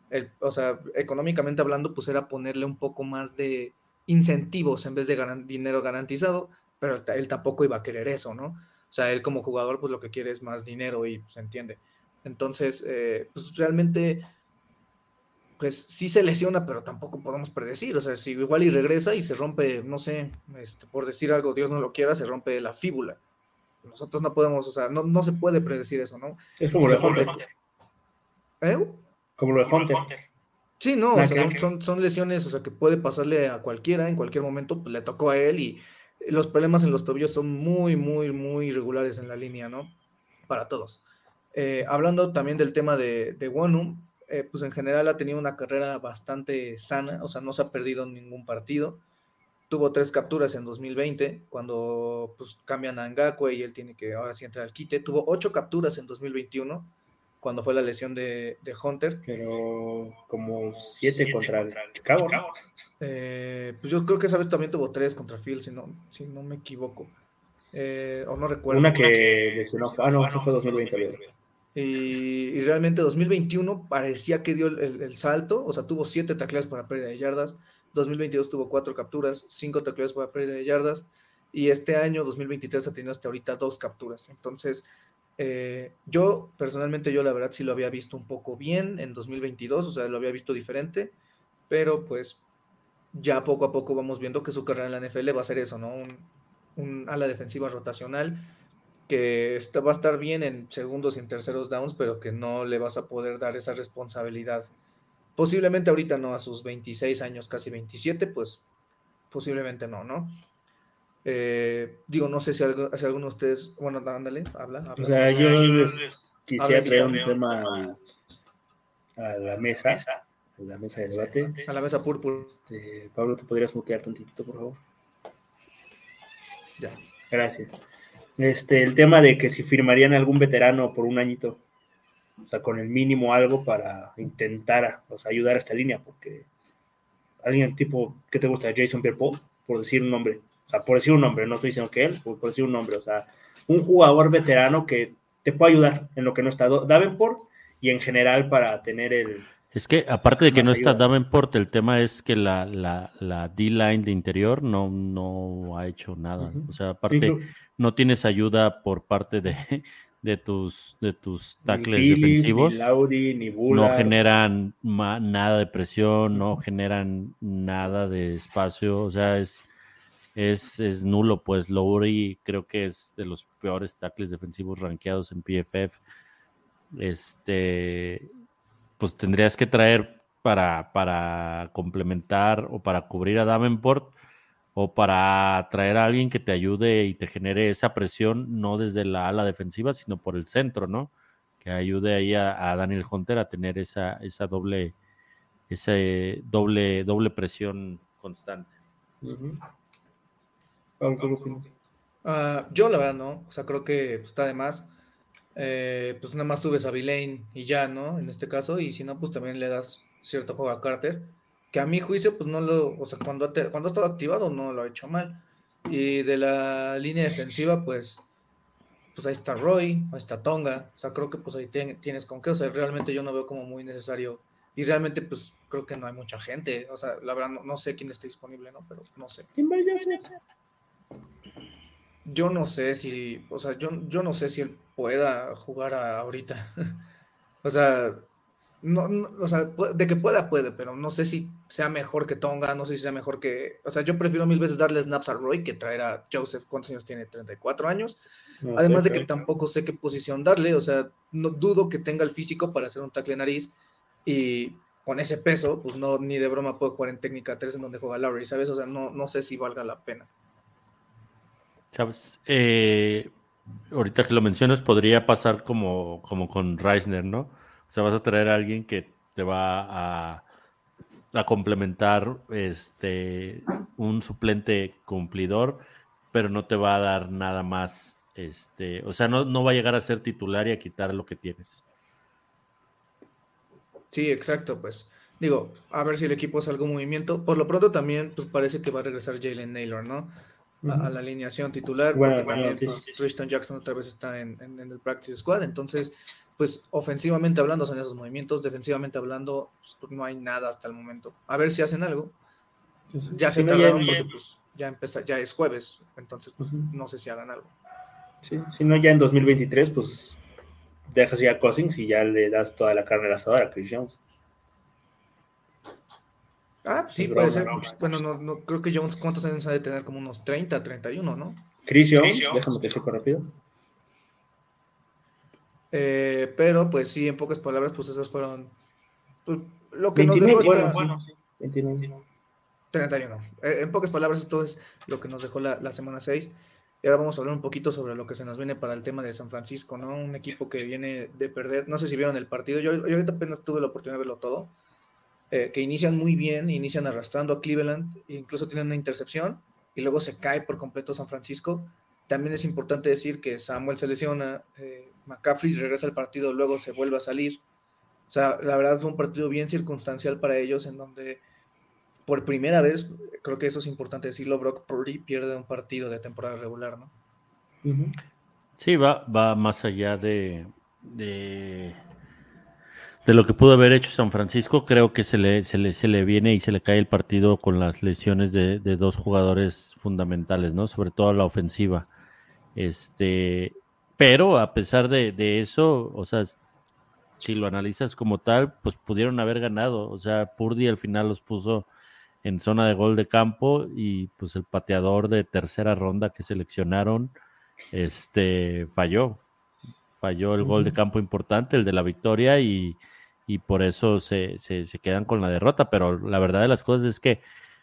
el, o sea, económicamente hablando, pues era ponerle un poco más de incentivos en vez de garan, dinero garantizado, pero él tampoco iba a querer eso, ¿no? O sea, él como jugador, pues lo que quiere es más dinero y se entiende. Entonces, eh, pues realmente, pues sí se lesiona, pero tampoco podemos predecir. O sea, si igual y regresa y se rompe, no sé, este, por decir algo, Dios no lo quiera, se rompe la fíbula. Nosotros no podemos, o sea, no, no se puede predecir eso, ¿no? Es como si lo de Hunter. ¿Eh? Como lo de Hunter. Sí, no, o sea, son, son, son lesiones, o sea, que puede pasarle a cualquiera en cualquier momento, pues le tocó a él y los problemas en los tobillos son muy, muy, muy irregulares en la línea, ¿no? Para todos. Eh, hablando también del tema de, de Wonu, eh, pues en general ha tenido una carrera bastante sana, o sea, no se ha perdido ningún partido. Tuvo tres capturas en dos mil veinte, cuando pues cambian a Ngakwe y él tiene que ahora sí entrar al quite. Tuvo ocho capturas en dos mil veintiuno, cuando fue la lesión de, de Hunter. Pero como siete, siete contra, contra el Chicago, ¿no? Eh, pues yo creo que esa vez también tuvo tres contra Phil, si no, si no me equivoco. Eh, o no recuerdo. Una que lesionó, ah no, eso fue dos mil veinte. Y, y realmente dos mil veintiuno parecía que dio el, el, el salto, o sea, tuvo siete tacleadas para pérdida de yardas, dos mil veintidós tuvo cuatro capturas, cinco tacleadas para pérdida de yardas, y este año, dos mil veintitrés, ha tenido hasta ahorita dos capturas. Entonces, eh, yo, personalmente, yo la verdad sí lo había visto un poco bien en dos mil veintidós, o sea, lo había visto diferente, pero pues ya poco a poco vamos viendo que su carrera en la N F L va a ser eso, ¿no? Un, un ala defensiva rotacional, que está, va a estar bien en segundos y en terceros downs, pero que no le vas a poder dar esa responsabilidad. Posiblemente ahorita no, a sus veintiséis años, casi veintisiete, pues posiblemente no, ¿no? Eh, digo, no sé si, algo, si alguno de ustedes, bueno, ándale, habla, habla. O sea, yo les quisiera traer un tema a, a la mesa, a la mesa de debate. A la mesa púrpura. Este, Pablo, ¿te podrías mutear tantito, por favor? Ya. Gracias. Este, el tema de que si firmarían algún veterano por un añito, o sea, con el mínimo algo para intentar, o sea, ayudar a esta línea, porque alguien tipo, ¿qué te gusta? Jason Pierre-Paul, por decir un nombre, o sea, por decir un nombre, no estoy diciendo que él, por, por decir un nombre, o sea, un jugador veterano que te pueda ayudar en lo que no está Davenport y en general para tener el... Es que aparte de que no ayuda. está Davenport, el tema es que la, la, la D-line de interior no, no ha hecho nada. Uh-huh. O sea, aparte Inclu- no tienes ayuda por parte de, de tus de tus tackles ni Phillips, defensivos. Ni Lauri, ni Bullard. No generan ma- nada de presión, uh-huh. no generan nada de espacio. O sea, es, es, es nulo. Pues Lowry creo que es de los peores tackles defensivos rankeados en P F F. Este... pues tendrías que traer para, para complementar o para cubrir a Davenport o para traer a alguien que te ayude y te genere esa presión, no desde la ala defensiva, sino por el centro, ¿no? Que ayude ahí a, a Daniel Hunter a tener esa, esa doble, esa doble, doble presión constante. Uh-huh. Uh, yo la verdad no, o sea, creo que está de más. Eh, pues nada más subes a Villain y ya, ¿no? En este caso, y si no, pues también le das cierto juego a Carter, que a mi juicio, pues no lo, o sea, cuando, te, cuando ha estado activado no lo ha hecho mal. Y de la línea defensiva, pues, pues ahí está Roy, ahí está Tonga, o sea, creo que pues ahí ten, tienes con qué, o sea, realmente yo no veo como muy necesario, y realmente pues creo que no hay mucha gente, o sea, la verdad no, no sé quién está disponible, ¿no? Pero no sé. Yo no sé si, o sea, yo, yo no sé si él pueda jugar a, ahorita. o sea, no, no, o sea, de que pueda, puede, pero no sé si sea mejor que Tonga, no sé si sea mejor que, o sea, yo prefiero mil veces darle snaps a Roy que traer a Joseph. ¿Cuántos años tiene? treinta y cuatro años. No, Además de que tampoco sé qué posición darle, o sea, no dudo que tenga el físico para hacer un tackle nariz, y con ese peso, pues no, ni de broma puede jugar en técnica tres en donde juega Lowry, ¿sabes? O sea, no, no sé si valga la pena. ¿Sabes? Eh, ahorita que lo mencionas, podría pasar como, como con Reisner, ¿no? O sea, vas a traer a alguien que te va a, a complementar este, un suplente cumplidor, pero no te va a dar nada más. Este, o sea, no, no va a llegar a ser titular y a quitar lo que tienes. Sí, exacto, pues. Digo, a ver si el equipo hace algún movimiento. Por lo pronto también, pues parece que va a regresar Jalen Naylor, ¿no? A, a la alineación titular, bueno, porque bueno, también pues, Tristan Jackson otra vez está en, en, en el practice squad, entonces pues ofensivamente hablando son esos movimientos, defensivamente hablando pues, no hay nada hasta el momento. A ver si hacen algo. Pues, Ya si se no, tardaron ya, porque pues ya empezó, ya es jueves, entonces pues Ujú. no sé si hagan algo. sí, si no, ya en dos mil veintitrés, pues dejas ya a Cousins y ya le das toda la carne al asador a Chris Jones. Ah, sí, Es puede broma, ser. ¿no? Bueno, no, no creo que Jones, ¿cuántos años ha de tener? Como unos treinta, treinta y uno, ¿no? Chris Jones, déjame te checo rápido. Eh, pero, pues sí, en pocas palabras, pues esas fueron pues, lo que nos veintinueve, dejó esta... bueno, bueno, sí, veintinueve. treinta y uno. Eh, en pocas palabras, esto es lo que nos dejó la, la semana seis. Y ahora vamos a hablar un poquito sobre lo que se nos viene para el tema de San Francisco, ¿no? Un equipo que viene de perder. No sé si vieron el partido. Yo, yo ahorita apenas tuve la oportunidad de verlo todo. Eh, que inician muy bien, inician arrastrando a Cleveland, e incluso tienen una intercepción y luego se cae por completo San Francisco. También es importante decir que Samuel se lesiona, eh, McCaffrey regresa al partido, luego se vuelve a salir. O sea, la verdad fue un partido bien circunstancial para ellos, en donde por primera vez, creo que eso es importante decirlo, Brock Purdy pierde un partido de temporada regular, ¿no? Uh-huh. Sí, va, va más allá de, de, de lo que pudo haber hecho San Francisco. Creo que se le, se le, se le viene y se le cae el partido con las lesiones de, de dos jugadores fundamentales, ¿no? Sobre todo la ofensiva. Este, pero a pesar de, de eso, o sea, si lo analizas como tal, pues pudieron haber ganado. O sea, Purdy al final los puso en zona de gol de campo y pues el pateador de tercera ronda que seleccionaron este, falló. Falló el uh-huh. gol de campo importante, el de la victoria, y, y por eso se, se, se quedan con la derrota. Pero la verdad de las cosas es que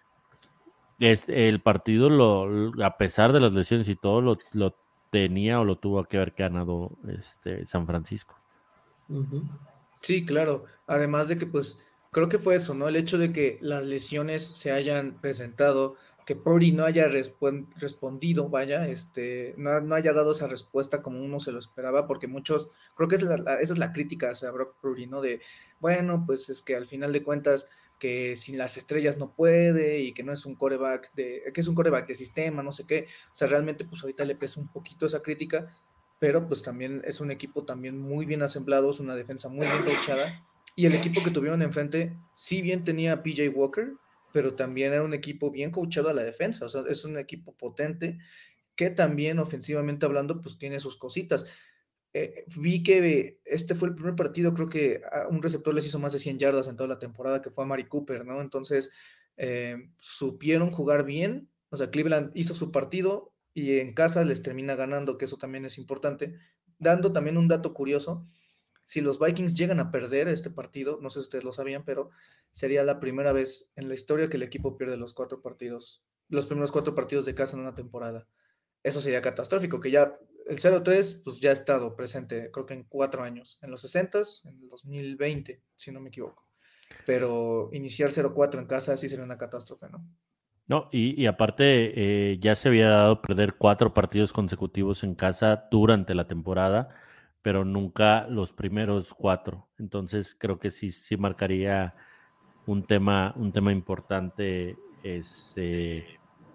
este, el partido, lo, a pesar de las lesiones y todo, lo, lo tenía o lo tuvo que haber ganado este, San Francisco. Uh-huh. Sí, claro. Además de que, pues, creo que fue eso, ¿no? El hecho de que las lesiones se hayan presentado, que Purdy no haya resp- respondido, vaya, este, no, no haya dado esa respuesta como uno se lo esperaba, porque muchos, creo que esa es la, esa es la crítica hacia Brock Purdy, ¿no? De, bueno, pues es que al final de cuentas, que sin las estrellas no puede y que no es un quarterback de, que es un quarterback de sistema, no sé qué. O sea, realmente, pues ahorita le pesa un poquito esa crítica, pero pues también es un equipo también muy bien asemblado, es una defensa muy bien coachada, y el equipo que tuvieron enfrente, si bien tenía a P J Walker, pero también era un equipo bien coachado a la defensa, o sea, es un equipo potente, que también ofensivamente hablando, pues tiene sus cositas. Eh, vi que este fue el primer partido, creo que a un receptor les hizo más de cien yardas en toda la temporada, que fue a Mari Cooper, ¿no? Entonces, eh, supieron jugar bien, o sea, Cleveland hizo su partido, y en casa les termina ganando, que eso también es importante. Dando también un dato curioso, si los Vikings llegan a perder este partido, no sé si ustedes lo sabían, pero sería la primera vez en la historia que el equipo pierde los cuatro partidos, los primeros cuatro partidos de casa en una temporada. Eso sería catastrófico, que ya el cero tres pues ya ha estado presente, creo que en cuatro años, en los sesentas, en el dos mil veinte, si no me equivoco. Pero iniciar cero cuatro en casa sí sería una catástrofe, ¿no? No, y, y aparte eh, ya se había dado perder cuatro partidos consecutivos en casa durante la temporada, pero nunca los primeros cuatro. Entonces creo que sí, sí marcaría un tema, un tema importante este,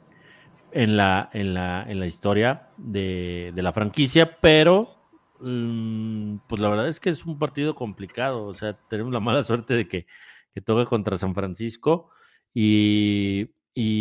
en, la, en, la, en la historia de, de la franquicia, pero mmm, pues la verdad es que es un partido complicado. O sea, tenemos la mala suerte de que, que toca contra San Francisco y...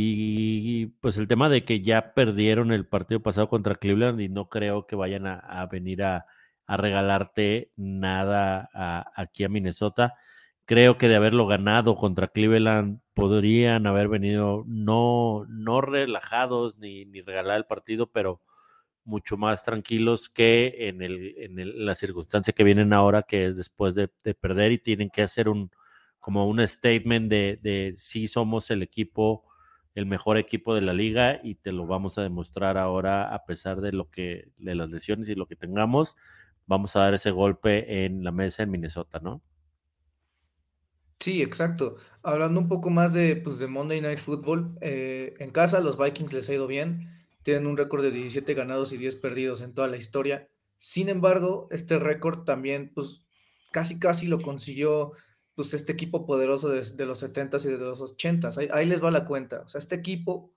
Y pues el tema de que ya perdieron el partido pasado contra Cleveland y no creo que vayan a, a venir a, a regalarte nada a, aquí a Minnesota. Creo que de haberlo ganado contra Cleveland podrían haber venido no, no relajados ni, ni regalar el partido, pero mucho más tranquilos que en, el, en el, la circunstancia que vienen ahora, que es después de, de perder y tienen que hacer un como un statement de, de sí somos el equipo el mejor equipo de la liga y te lo vamos a demostrar ahora a pesar de lo que de las lesiones y lo que tengamos, vamos a dar ese golpe en la mesa en Minnesota, ¿no? Sí, exacto. Hablando un poco más de, pues, de Monday Night Football, eh, en casa los Vikings les ha ido bien, tienen un récord de diecisiete ganados y diez perdidos en toda la historia. Sin embargo, este récord también, pues, casi casi lo consiguió, pues, este equipo poderoso de, de los setentas y de los ochentas. Ahí, ahí les va la cuenta. O sea, este equipo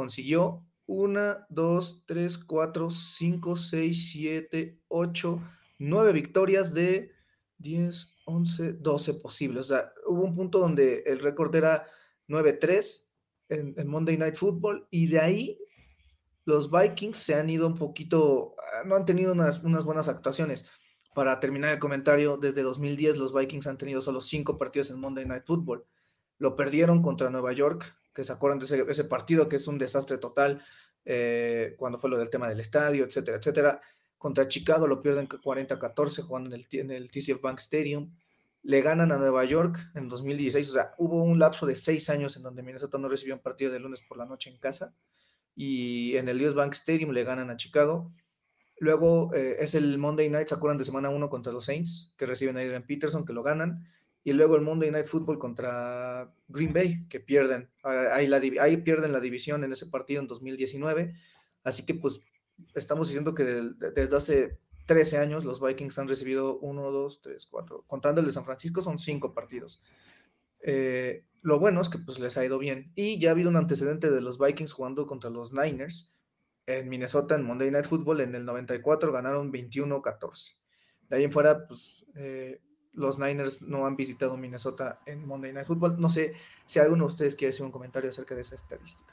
consiguió una, dos, tres, cuatro, cinco, seis, siete, ocho, nueve victorias de diez, once, doce posibles. O sea, hubo un punto donde el récord era nueve tres en, en Monday Night Football, y de ahí los Vikings se han ido un poquito, no han tenido unas, unas buenas actuaciones. Para terminar el comentario, desde dos mil diez los Vikings han tenido solo cinco partidos en Monday Night Football. Lo perdieron contra Nueva York, que se acuerdan de ese, ese partido que es un desastre total, eh, cuando fue lo del tema del estadio, etcétera, etcétera. Contra Chicago lo pierden cuarenta a catorce jugando en el, en el T C F Bank Stadium. Le ganan a Nueva York en dos mil dieciséis. O sea, hubo un lapso de seis años en donde Minnesota no recibió un partido de lunes por la noche en casa. Y en el U S Bank Stadium le ganan a Chicago. Luego eh, es el Monday Night, ¿se acuerdan de semana uno contra los Saints? Que reciben a Adrian Peterson, que lo ganan. Y luego el Monday Night Football contra Green Bay, que pierden. Ahí, la, ahí pierden la división en ese partido en dos mil diecinueve. Así que pues estamos diciendo que de, de, desde hace trece años los Vikings han recibido uno, dos, tres, cuatro. Contando el de San Francisco son cinco partidos. Eh, lo bueno es que pues les ha ido bien. Y ya ha habido un antecedente de los Vikings jugando contra los Niners en Minnesota en Monday Night Football en el noventa y cuatro, ganaron veintiuno a catorce. De ahí en fuera, pues eh, los Niners no han visitado Minnesota en Monday Night Football. No sé si alguno de ustedes quiere hacer un comentario acerca de esa estadística.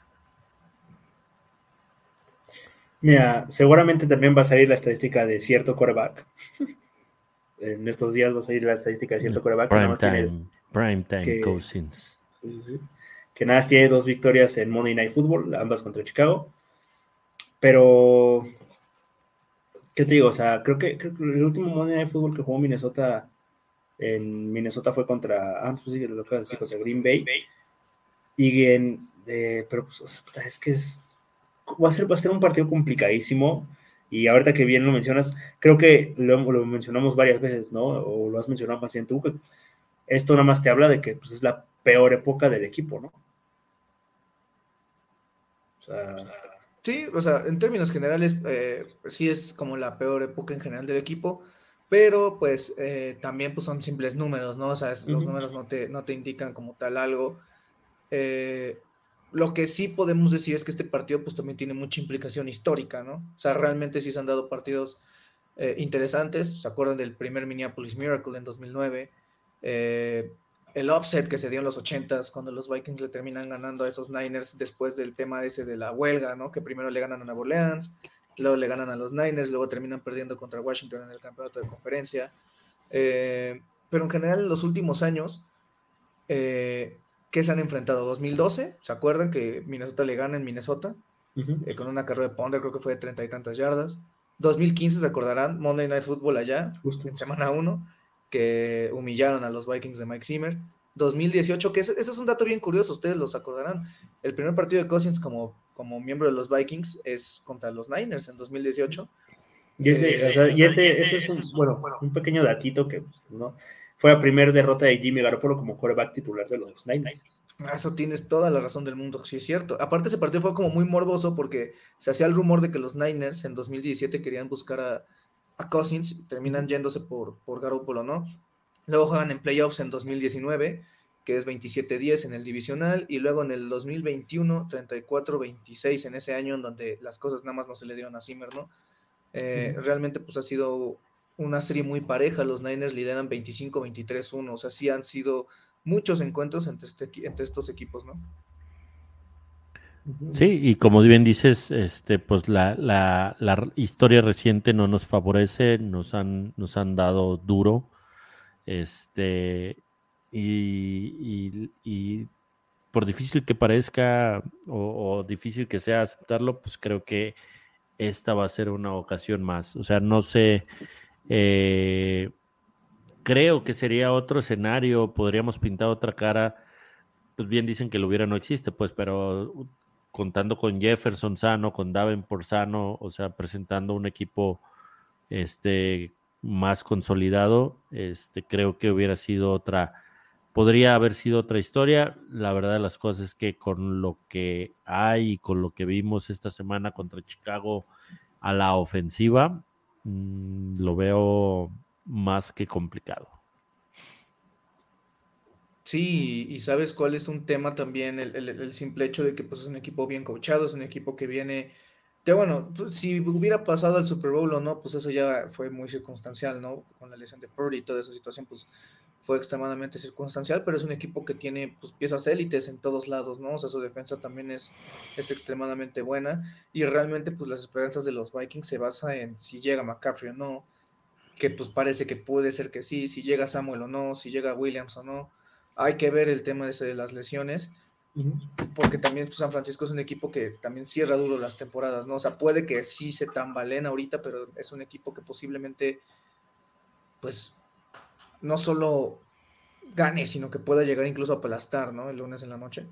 Mira, seguramente también va a salir la estadística de cierto quarterback. En estos días va a salir la estadística de cierto quarterback. Prime time, prime time que, Cousins. Sí, sí, que nada más tiene dos victorias en Monday Night Football, ambas contra Chicago. Pero, ¿qué te digo? O sea, creo que, creo que el último Monday Night Football que jugó Minnesota en Minnesota fue contra, ah, pues sí, lo que decir, contra Green Bay. Y en, eh, pero pues es que es, va a ser, va a ser un partido complicadísimo. Y ahorita que bien lo mencionas, creo que lo, lo mencionamos varias veces, ¿no? O lo has mencionado más bien tú, que esto nada más te habla de que pues, es la peor época del equipo, ¿no? O sea... Sí, o sea, en términos generales, eh, sí es como la peor época en general del equipo, pero pues eh, también pues son simples números, ¿no? O sea, es, uh-huh. Los números no te, no te indican como tal algo. Eh, lo que sí podemos decir es que este partido pues también tiene mucha implicación histórica, ¿no? O sea, realmente sí se han dado partidos eh, interesantes. ¿Se acuerdan del primer Minneapolis Miracle en dos mil nueve? Eh, el upset que se dio en los ochentas cuando los Vikings le terminan ganando a esos Niners después del tema ese de la huelga, ¿no? Que primero le ganan a Nueva Orleans, luego le ganan a los Niners, luego terminan perdiendo contra Washington en el campeonato de conferencia. Eh, pero en general en los últimos años, eh, ¿qué se han enfrentado? dos mil doce, ¿se acuerdan que Minnesota le gana en Minnesota? Uh-huh. Eh, con una carrera de Ponder, creo que fue de treinta y tantas yardas. dos mil quince, ¿se acordarán? Monday Night Football allá, justo en semana uno, que humillaron a los Vikings de Mike Zimmer. dos mil dieciocho, que ese, ese es un dato bien curioso, ustedes los acordarán. El primer partido de Cousins como, como miembro de los Vikings es contra los Niners en dos mil dieciocho. Y, ese, eh, o sea, y este, ese es un, bueno, un pequeño datito que pues, ¿no? fue la primera derrota de Jimmy Garoppolo como quarterback titular de los Niners. Eso tienes toda la razón del mundo, sí es cierto. Aparte ese partido fue como muy morboso porque se hacía el rumor de que los Niners en dos mil diecisiete querían buscar a, a Cousins y terminan yéndose por, por Garoppolo, ¿no? Luego juegan en playoffs en dos mil diecinueve, que es veintisiete diez en el divisional, y luego en el dos mil veintiuno, treinta y cuatro veintiséis en ese año en donde las cosas nada más no se le dieron a Zimmer, ¿no? Eh, uh-huh. Realmente pues ha sido una serie muy pareja, los Niners lideran veinticinco veintitrés uno, o sea, sí han sido muchos encuentros entre, este, entre estos equipos, ¿no? Sí, y como bien dices, este, pues la, la, la historia reciente no nos favorece, nos han, nos han dado duro, este, y, y, y por difícil que parezca o, o difícil que sea aceptarlo, pues creo que esta va a ser una ocasión más. O sea, no sé, eh, creo que sería otro escenario, podríamos pintar otra cara. Pues bien dicen que lo hubiera no existe, pues, pero contando con Jefferson sano, con Davenport sano, o sea, presentando un equipo este, más consolidado, este, creo que hubiera sido otra, podría haber sido otra historia. La verdad de las cosas es que con lo que hay y con lo que vimos esta semana contra Chicago a la ofensiva, mmm, lo veo más que complicado. Sí, y sabes cuál es un tema también, el, el, el simple hecho de que pues, es un equipo bien coachado, es un equipo que viene Que bueno, pues, si hubiera pasado al Super Bowl o no, pues eso ya fue muy circunstancial, ¿no? Con la lesión de Purdy y toda esa situación, pues fue extremadamente circunstancial, pero es un equipo que tiene pues, piezas élites en todos lados, ¿no? O sea, su defensa también es, es extremadamente buena y realmente pues las esperanzas de los Vikings se basan en si llega McCaffrey o no, que pues parece que puede ser que sí, si llega Samuel o no, si llega Williams o no. Hay que ver el tema ese de las lesiones, porque también pues, San Francisco es un equipo que también cierra duro las temporadas, ¿no? O sea, puede que sí se tambaleen ahorita, pero es un equipo que posiblemente pues no solo gane, sino que pueda llegar incluso a aplastar, ¿no? El lunes en la noche.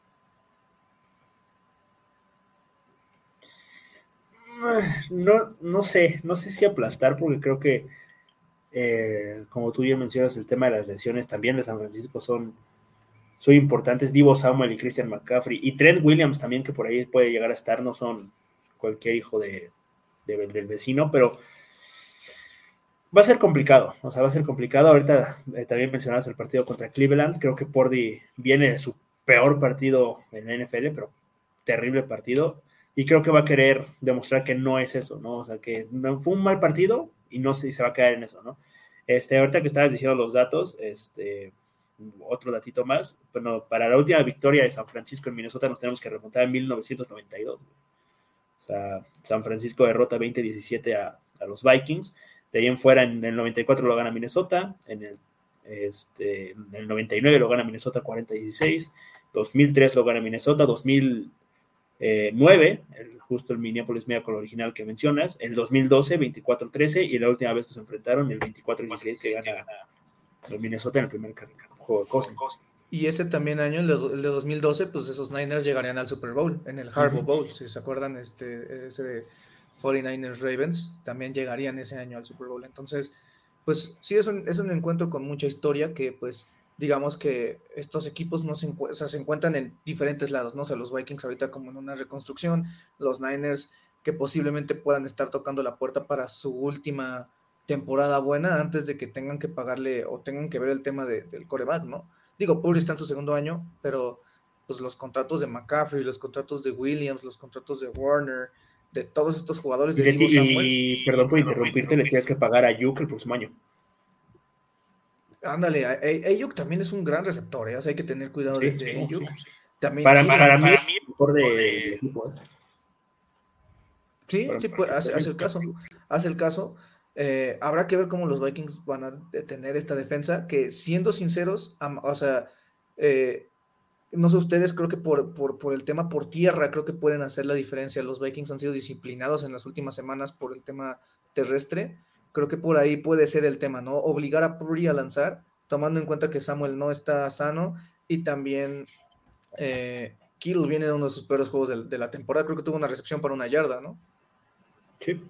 No, no sé, no sé si aplastar, porque creo que, eh, como tú ya mencionas, el tema de las lesiones también de San Francisco son, son importantes. Divo Samuel y Christian McCaffrey y Trent Williams también, que por ahí puede llegar a estar, no son cualquier hijo de, de, del vecino, pero va a ser complicado, o sea, va a ser complicado. Ahorita eh, también mencionabas el partido contra Cleveland, creo que Purdy viene de su peor partido en la N F L, pero terrible partido, y creo que va a querer demostrar que no es eso, ¿no? O sea, que no fue un mal partido y no sé si se va a quedar en eso, ¿no? Este, ahorita que estabas diciendo los datos, este, otro datito más, bueno, para la última victoria de San Francisco en Minnesota nos tenemos que remontar en mil novecientos noventa y dos. O sea, San Francisco derrota veinte diecisiete a, a los Vikings. De ahí en fuera, en el noventa y cuatro lo gana Minnesota, en el, este, en el noventa y nueve lo gana Minnesota cuarenta dieciséis, dos mil tres lo gana Minnesota, dos mil nueve, el, justo el Minneapolis Miracle original que mencionas, el dos mil doce veinticuatro trece y la última vez que se enfrentaron el veinticuatro dieciséis que gana el Minnesota en el primer juego de Cousins. Y ese también año, el de, el de dos mil doce, pues esos Niners llegarían al Super Bowl, en el Harbaugh Bowl, uh-huh. Si se acuerdan, este, ese de cuarenta y nueve ers Ravens, también llegarían ese año al Super Bowl. Entonces, pues sí, es un, es un encuentro con mucha historia que, pues, digamos que estos equipos no se, encu- o sea, se encuentran en diferentes lados, ¿no? O sea, los Vikings ahorita como en una reconstrucción, los Niners que posiblemente puedan estar tocando la puerta para su última temporada buena antes de que tengan que pagarle o tengan que ver el tema de, del quarterback, ¿no? Digo, Purdy está en su segundo año, pero pues los contratos de McCaffrey, los contratos de Williams, los contratos de Warner, de todos estos jugadores de y, Divo Samuel. Y perdón por interrumpirte, le tienes que pagar a Ayuk el próximo año. Ándale, Ayuk también es un gran receptor, ¿eh? O sea, hay que tener cuidado sí, de, de Ayuk. Sí. También para, para, para mí es el mejor del equipo. ¿eh? Sí, para, sí, pues, hace, hace el caso. Hace el caso. Eh, habrá que ver cómo los Vikings van a tener esta defensa, que siendo sinceros, o sea, eh, no sé ustedes, creo que por, por, por el tema por tierra, creo que pueden hacer la diferencia. Los Vikings han sido disciplinados en las últimas semanas por el tema terrestre. Creo que por ahí puede ser el tema, ¿no? Obligar a Purdy a lanzar, tomando en cuenta que Samuel no está sano y también eh, Kittle viene de uno de sus peores juegos de, de la temporada. Creo que tuvo una recepción para una yarda, ¿no? Sí.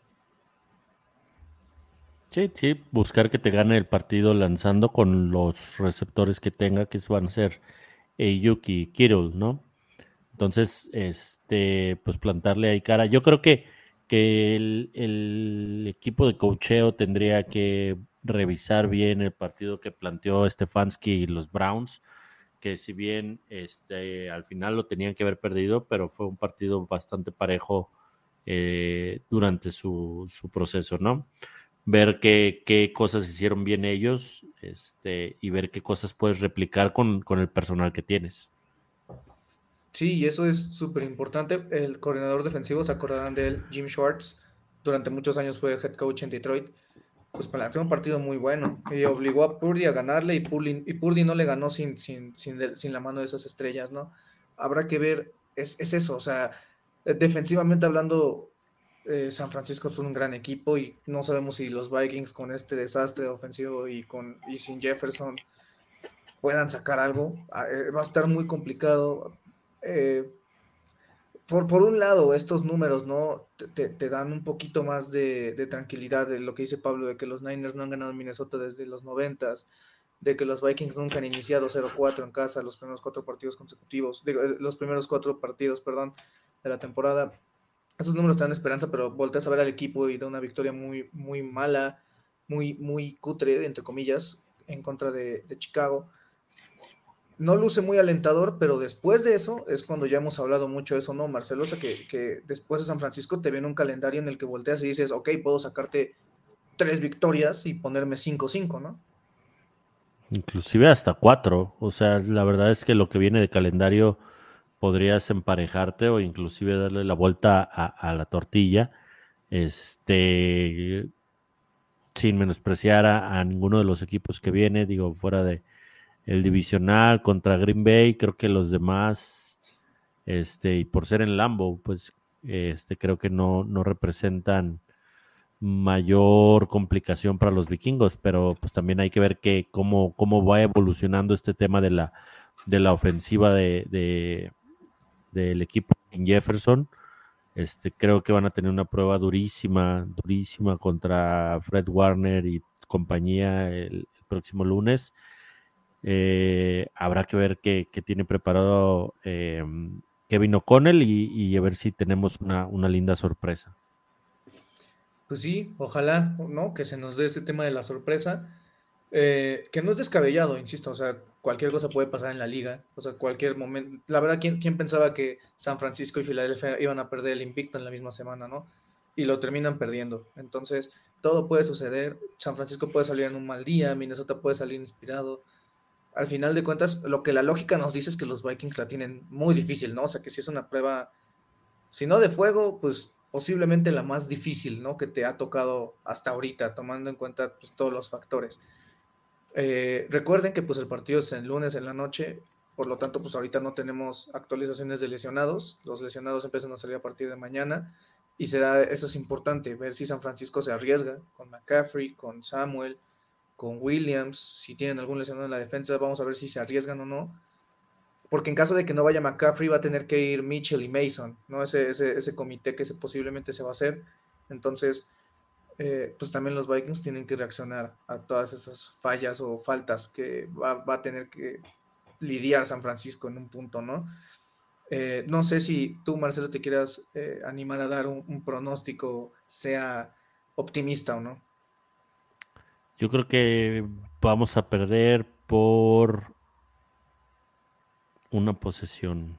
Sí, sí, buscar que te gane el partido lanzando con los receptores que tenga, que van a ser Ayuk y Kittle, ¿no? Entonces, este, pues plantarle ahí cara. Yo creo que, que el, el equipo de coacheo tendría que revisar bien el partido que planteó Stefanski y los Browns, que si bien este, al final lo tenían que haber perdido, pero fue un partido bastante parejo eh, durante su, su proceso, ¿no? Ver qué, qué cosas hicieron bien ellos este, y ver qué cosas puedes replicar con, con el personal que tienes. Sí, y eso es súper importante. El coordinador defensivo, se acordarán de él, Jim Schwartz, durante muchos años fue head coach en Detroit. Pues planteó un partido muy bueno y obligó a Purdy a ganarle y Purdy, y Purdy no le ganó sin, sin, sin, sin la mano de esas estrellas, ¿no? Habrá que ver, es, es eso, o sea, defensivamente hablando, eh, San Francisco es un gran equipo y no sabemos si los Vikings con este desastre ofensivo y, con, y sin Jefferson puedan sacar algo. Eh, va a estar muy complicado. Eh, por, por un lado, estos números, ¿no? Te, te dan un poquito más de, de tranquilidad de lo que dice Pablo, de que los Niners no han ganado en Minnesota desde los noventas, de que los Vikings nunca han iniciado cero cuatro en casa los primeros cuatro partidos consecutivos, de, los primeros cuatro partidos, perdón, de la temporada. Esos números te dan esperanza, pero volteas a ver al equipo y da una victoria muy, muy mala, muy, muy cutre, entre comillas, en contra de, de Chicago. no luce muy alentador, pero después de eso es cuando ya hemos hablado mucho de eso, ¿no, Marcelo? O sea, que, que después de San Francisco te viene un calendario en el que volteas y dices, ok, puedo sacarte tres victorias y ponerme cinco cinco, ¿no? Inclusive hasta cuatro. O sea, la verdad es que lo que viene de calendario podrías emparejarte o inclusive darle la vuelta a, a la tortilla. Este, sin menospreciar a, a ninguno de los equipos que viene, digo, fuera de el divisional contra Green Bay, creo que los demás, este, y por ser en Lambeau, pues, este, creo que no, no representan mayor complicación para los vikingos, pero pues también hay que ver que cómo, cómo va evolucionando este tema de la, de la ofensiva de, de, del equipo en Jefferson. Este, creo que van a tener una prueba durísima, durísima contra Fred Warner y compañía el, el próximo lunes. Eh, habrá que ver qué, qué tiene preparado eh, Kevin O'Connell y, y a ver si tenemos una, una linda sorpresa. Pues sí, ojalá, ¿no? Que se nos dé ese tema de la sorpresa, eh, que no es descabellado, insisto, o sea, cualquier cosa puede pasar en la liga, o sea, cualquier momento. La verdad, ¿quién, quién pensaba que San Francisco y Filadelfia iban a perder el invicto en la misma semana, ¿no? Y lo terminan perdiendo. Entonces, todo puede suceder. San Francisco puede salir en un mal día, Minnesota puede salir inspirado. Al final de cuentas, lo que la lógica nos dice es que los Vikings la tienen muy difícil, ¿no? O sea, que si es una prueba, si no de fuego, pues posiblemente la más difícil, ¿no? Que te ha tocado hasta ahorita, tomando en cuenta pues, todos los factores. Eh, recuerden que pues el partido es el lunes en la noche, por lo tanto pues ahorita no tenemos actualizaciones de lesionados, los lesionados empiezan a salir a partir de mañana y será, eso es importante, ver si San Francisco se arriesga con McCaffrey, con Samuel, con Williams, si tienen algún lesionado en la defensa, vamos a ver si se arriesgan o no, porque en caso de que no vaya McCaffrey va a tener que ir Mitchell y Mason, ¿no? Ese, ese, ese comité que se, posiblemente se va a hacer, entonces eh, pues también los Vikings tienen que reaccionar a todas esas fallas o faltas que va, va a tener que lidiar San Francisco en un punto, ¿no? Eh, no sé si tú, Marcelo, te quieras eh, animar a dar un, un pronóstico, sea optimista o no. Yo creo que vamos a perder por una posesión.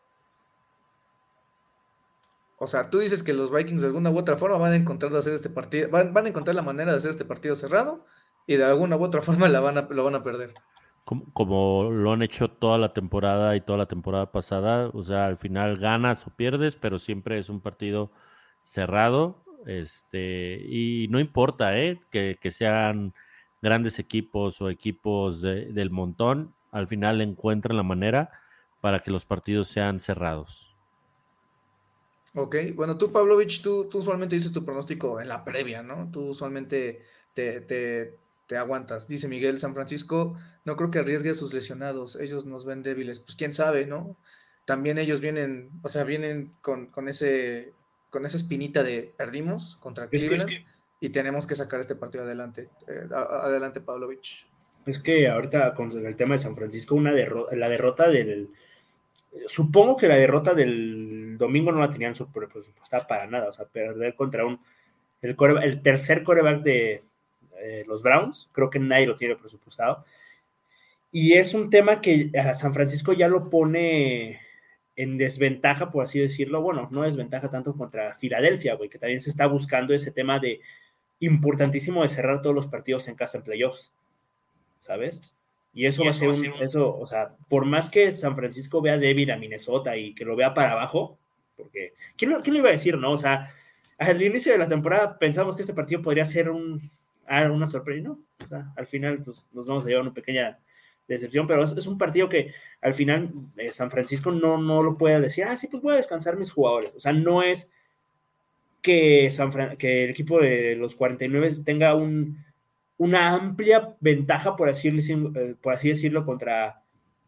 O sea, tú dices que los Vikings de alguna u otra forma van a encontrar de hacer este partido, van, van a encontrar la manera de hacer este partido cerrado y de alguna u otra forma la van a, lo van a perder. Como, como lo han hecho toda la temporada y toda la temporada pasada, o sea, al final ganas o pierdes, pero siempre es un partido cerrado, este, y no importa, ¿eh? que, que sean grandes equipos o equipos de, del montón, al final encuentran la manera para que los partidos sean cerrados. Ok, bueno, tú, Pavlovich, tú, tú usualmente dices tu pronóstico en la previa, ¿no? Tú usualmente te, te, te aguantas. Dice Miguel, San Francisco, no creo que arriesgue a sus lesionados, ellos nos ven débiles. Pues quién sabe, ¿no? También ellos vienen, o sea, vienen con, con, ese, con esa espinita de perdimos contra Cleveland es que, es que... y tenemos que sacar este partido adelante. Eh, a, adelante, Pavlovich. Es que ahorita con el tema de San Francisco, una derro- la derrota del... Supongo que la derrota del domingo no la tenían presupuestada para nada, o sea, perder contra un el, core, el tercer quarterback de eh, los Browns, creo que nadie lo tiene presupuestado, y es un tema que a San Francisco ya lo pone en desventaja, por así decirlo, bueno, no desventaja tanto contra Filadelfia, güey, que también se está buscando ese tema de importantísimo de cerrar todos los partidos en casa en playoffs, ¿sabes? Y eso y va eso a ser un, eso, o sea, por más que San Francisco vea débil a Minnesota y que lo vea para abajo, porque, ¿quién lo, quién lo iba a decir, no? O sea, al inicio de la temporada pensamos que este partido podría ser un, una sorpresa, ¿no? O sea, al final pues, nos vamos a llevar una pequeña decepción, pero es, es un partido que al final eh, San Francisco no, no lo puede decir, ah, sí, pues voy a descansar mis jugadores. O sea, no es que, San Fran- que el equipo de los cuarenta y nueve tenga un una amplia ventaja, por así, por así decirlo, contra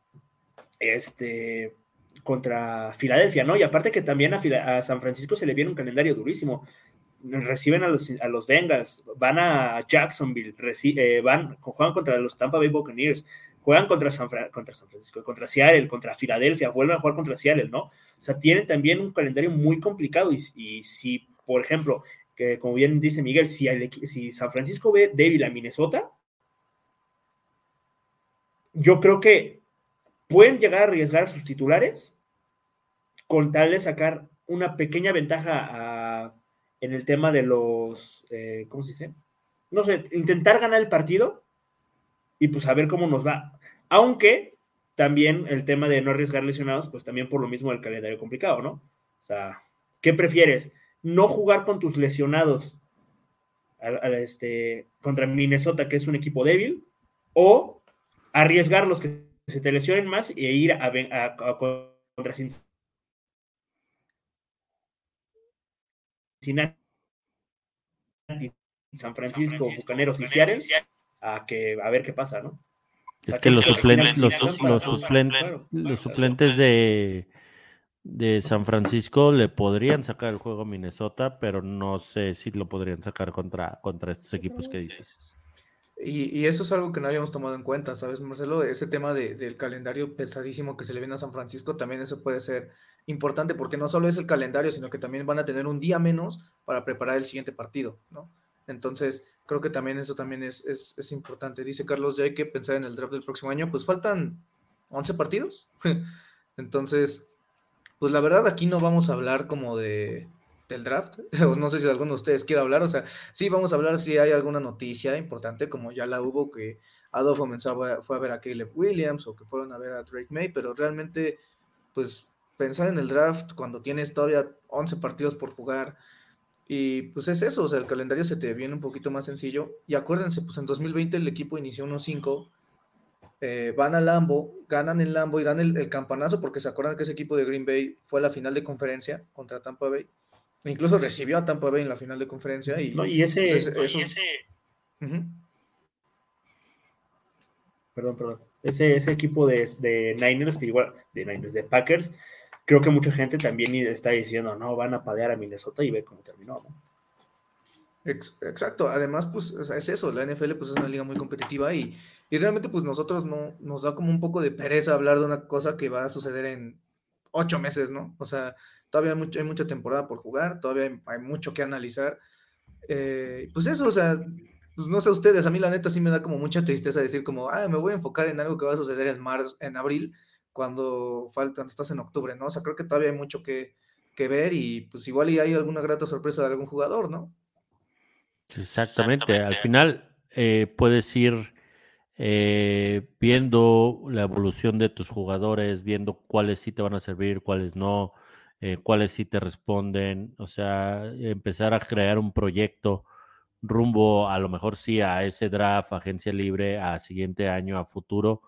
este contra Filadelfia, ¿no? Y aparte que también a, a San Francisco se le viene un calendario durísimo. Reciben a los, a los Bengals, van a Jacksonville, reci- eh, van, juegan contra los Tampa Bay Buccaneers, juegan contra San, Fra- contra San Francisco, contra Seattle, contra Filadelfia, vuelven a jugar contra Seattle, ¿no? O sea, tienen también un calendario muy complicado y, y si, por ejemplo, que como bien dice Miguel, si, el, si San Francisco ve débil a Minnesota, yo creo que pueden llegar a arriesgar a sus titulares con tal de sacar una pequeña ventaja a, en el tema de los, eh, ¿cómo se dice? No sé, intentar ganar el partido y pues a ver cómo nos va. Aunque también el tema de no arriesgar lesionados, pues también por lo mismo del calendario complicado, ¿no? O sea, ¿qué prefieres? ¿No jugar con tus lesionados a, a este, contra Minnesota, que es un equipo débil? ¿O arriesgar los que se te lesionen más e ir a, a, a contra Cincinnati, San Francisco, Bucaneros y Seattle, a, que, a ver qué pasa, ¿no? Es O sea, que los, que suplen, los, los, los, suplen, claro, los suplentes de, de San Francisco le podrían sacar el juego a Minnesota, pero no sé si lo podrían sacar contra, contra estos equipos que dices. Y, y eso es algo que no habíamos tomado en cuenta, ¿sabes, Marcelo? Ese tema de, del calendario pesadísimo que se le viene a San Francisco, también eso puede ser importante, porque no solo es el calendario, sino que también van a tener un día menos para preparar el siguiente partido, ¿no? Entonces, creo que también eso también es, es, es importante. Dice Carlos, ya hay que pensar en el draft del próximo año, pues faltan once partidos. Entonces, pues la verdad aquí no vamos a hablar como de del draft, o no sé si alguno de ustedes quiere hablar, o sea, sí vamos a hablar si hay alguna noticia importante, como ya la hubo, que Adolfo Mensa fue a ver a Caleb Williams, o que fueron a ver a Drake May, pero realmente, pues, pensar en el draft cuando tienes todavía once partidos por jugar, y pues es eso, o sea, el calendario se te viene un poquito más sencillo, y acuérdense, pues en dos mil veinte el equipo inició unos cinco, eh, van a Lambo, ganan en Lambo y dan el, el campanazo, porque se acuerdan que ese equipo de Green Bay fue a la final de conferencia contra Tampa Bay, incluso recibió a Tampa Bay en la final de conferencia y, no, y ese, pues, no, esos, y ese uh-huh. perdón, perdón, ese, ese equipo de, de Niners, de igual, de Niners, de Packers, creo que mucha gente también está diciendo, no, van a padear a Minnesota y ve cómo terminó, ¿no? Exacto, además pues es eso, la N F L pues es una liga muy competitiva y, y realmente pues nosotros no, nos da como un poco de pereza hablar de una cosa que va a suceder en ocho meses, ¿no? O sea, todavía hay, mucho, hay mucha temporada por jugar, todavía hay, hay mucho que analizar, eh, pues eso, o sea, pues no sé ustedes, a mí la neta sí me da como mucha tristeza decir como, ah, me voy a enfocar en algo que va a suceder en marzo, en abril, cuando falta, cuando estás en octubre, ¿no? O sea, creo que todavía hay mucho que, que ver y pues igual y hay alguna grata sorpresa de algún jugador, ¿no? Exactamente, al final eh, puedes ir eh, viendo la evolución de tus jugadores, viendo cuáles sí te van a servir, cuáles no, eh, cuáles sí te responden, o sea, empezar a crear un proyecto rumbo a lo mejor sí a ese draft, agencia libre, a siguiente año, a futuro,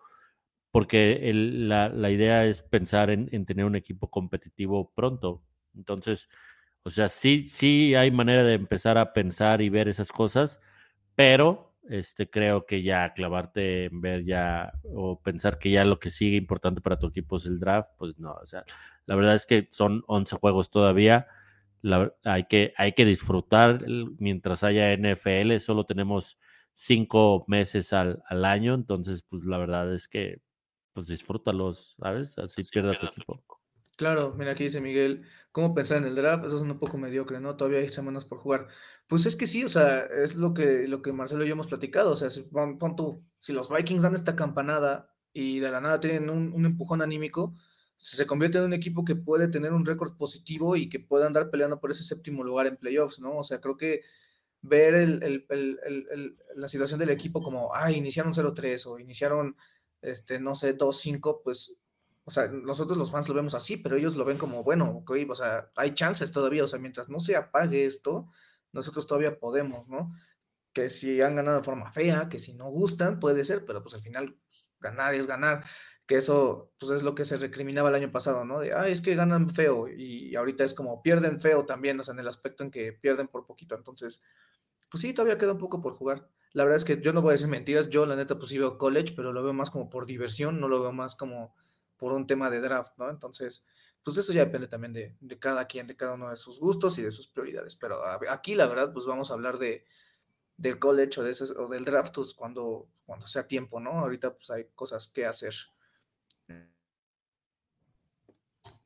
porque el, la, la idea es pensar en, en tener un equipo competitivo pronto. Entonces, o sea, sí, sí hay manera de empezar a pensar y ver esas cosas, pero este, creo que ya clavarte en ver ya o pensar que ya lo que sigue importante para tu equipo es el draft, pues no, o sea, la verdad es que son once juegos todavía, la, hay, que, hay que disfrutar mientras haya N F L, solo tenemos cinco meses al, al año, entonces pues la verdad es que pues disfrútalos, ¿sabes? Así Sí, pierda tu equipo. Claro, mira, aquí dice Miguel, ¿cómo pensar en el draft? Eso es un poco mediocre, ¿no? Todavía hay semanas por jugar. Pues es que sí, o sea, es lo que, lo que Marcelo y yo hemos platicado. O sea, si, pon, pon tú, si los Vikings dan esta campanada y de la nada tienen un, un empujón anímico, se convierte en un equipo que puede tener un récord positivo y que pueda andar peleando por ese séptimo lugar en playoffs, ¿no? O sea, creo que ver el, el, el, el, la situación del equipo como, ah, iniciaron cero tres o iniciaron, este, no sé, dos cinco, pues, o sea, nosotros los fans lo vemos así, pero ellos lo ven como, bueno, ok, o sea, hay chances todavía, o sea, mientras no se apague esto, nosotros todavía podemos, ¿no? Que si han ganado de forma fea, que si no gustan, puede ser, pero pues al final ganar es ganar, que eso pues es lo que se recriminaba el año pasado, ¿no? De, ah, es que ganan feo y ahorita es como pierden feo también, o sea, en el aspecto en que pierden por poquito, entonces pues sí, todavía queda un poco por jugar. La verdad es que yo no voy a decir mentiras, yo la neta pues sí veo college, pero lo veo más como por diversión, no lo veo más como por un tema de draft, ¿no? Entonces, pues eso ya depende también de, de cada quien, de cada uno de sus gustos y de sus prioridades. Pero a, aquí la verdad pues vamos a hablar de del college o, de esos, o del draft pues, cuando, cuando sea tiempo, ¿no? Ahorita pues hay cosas que hacer.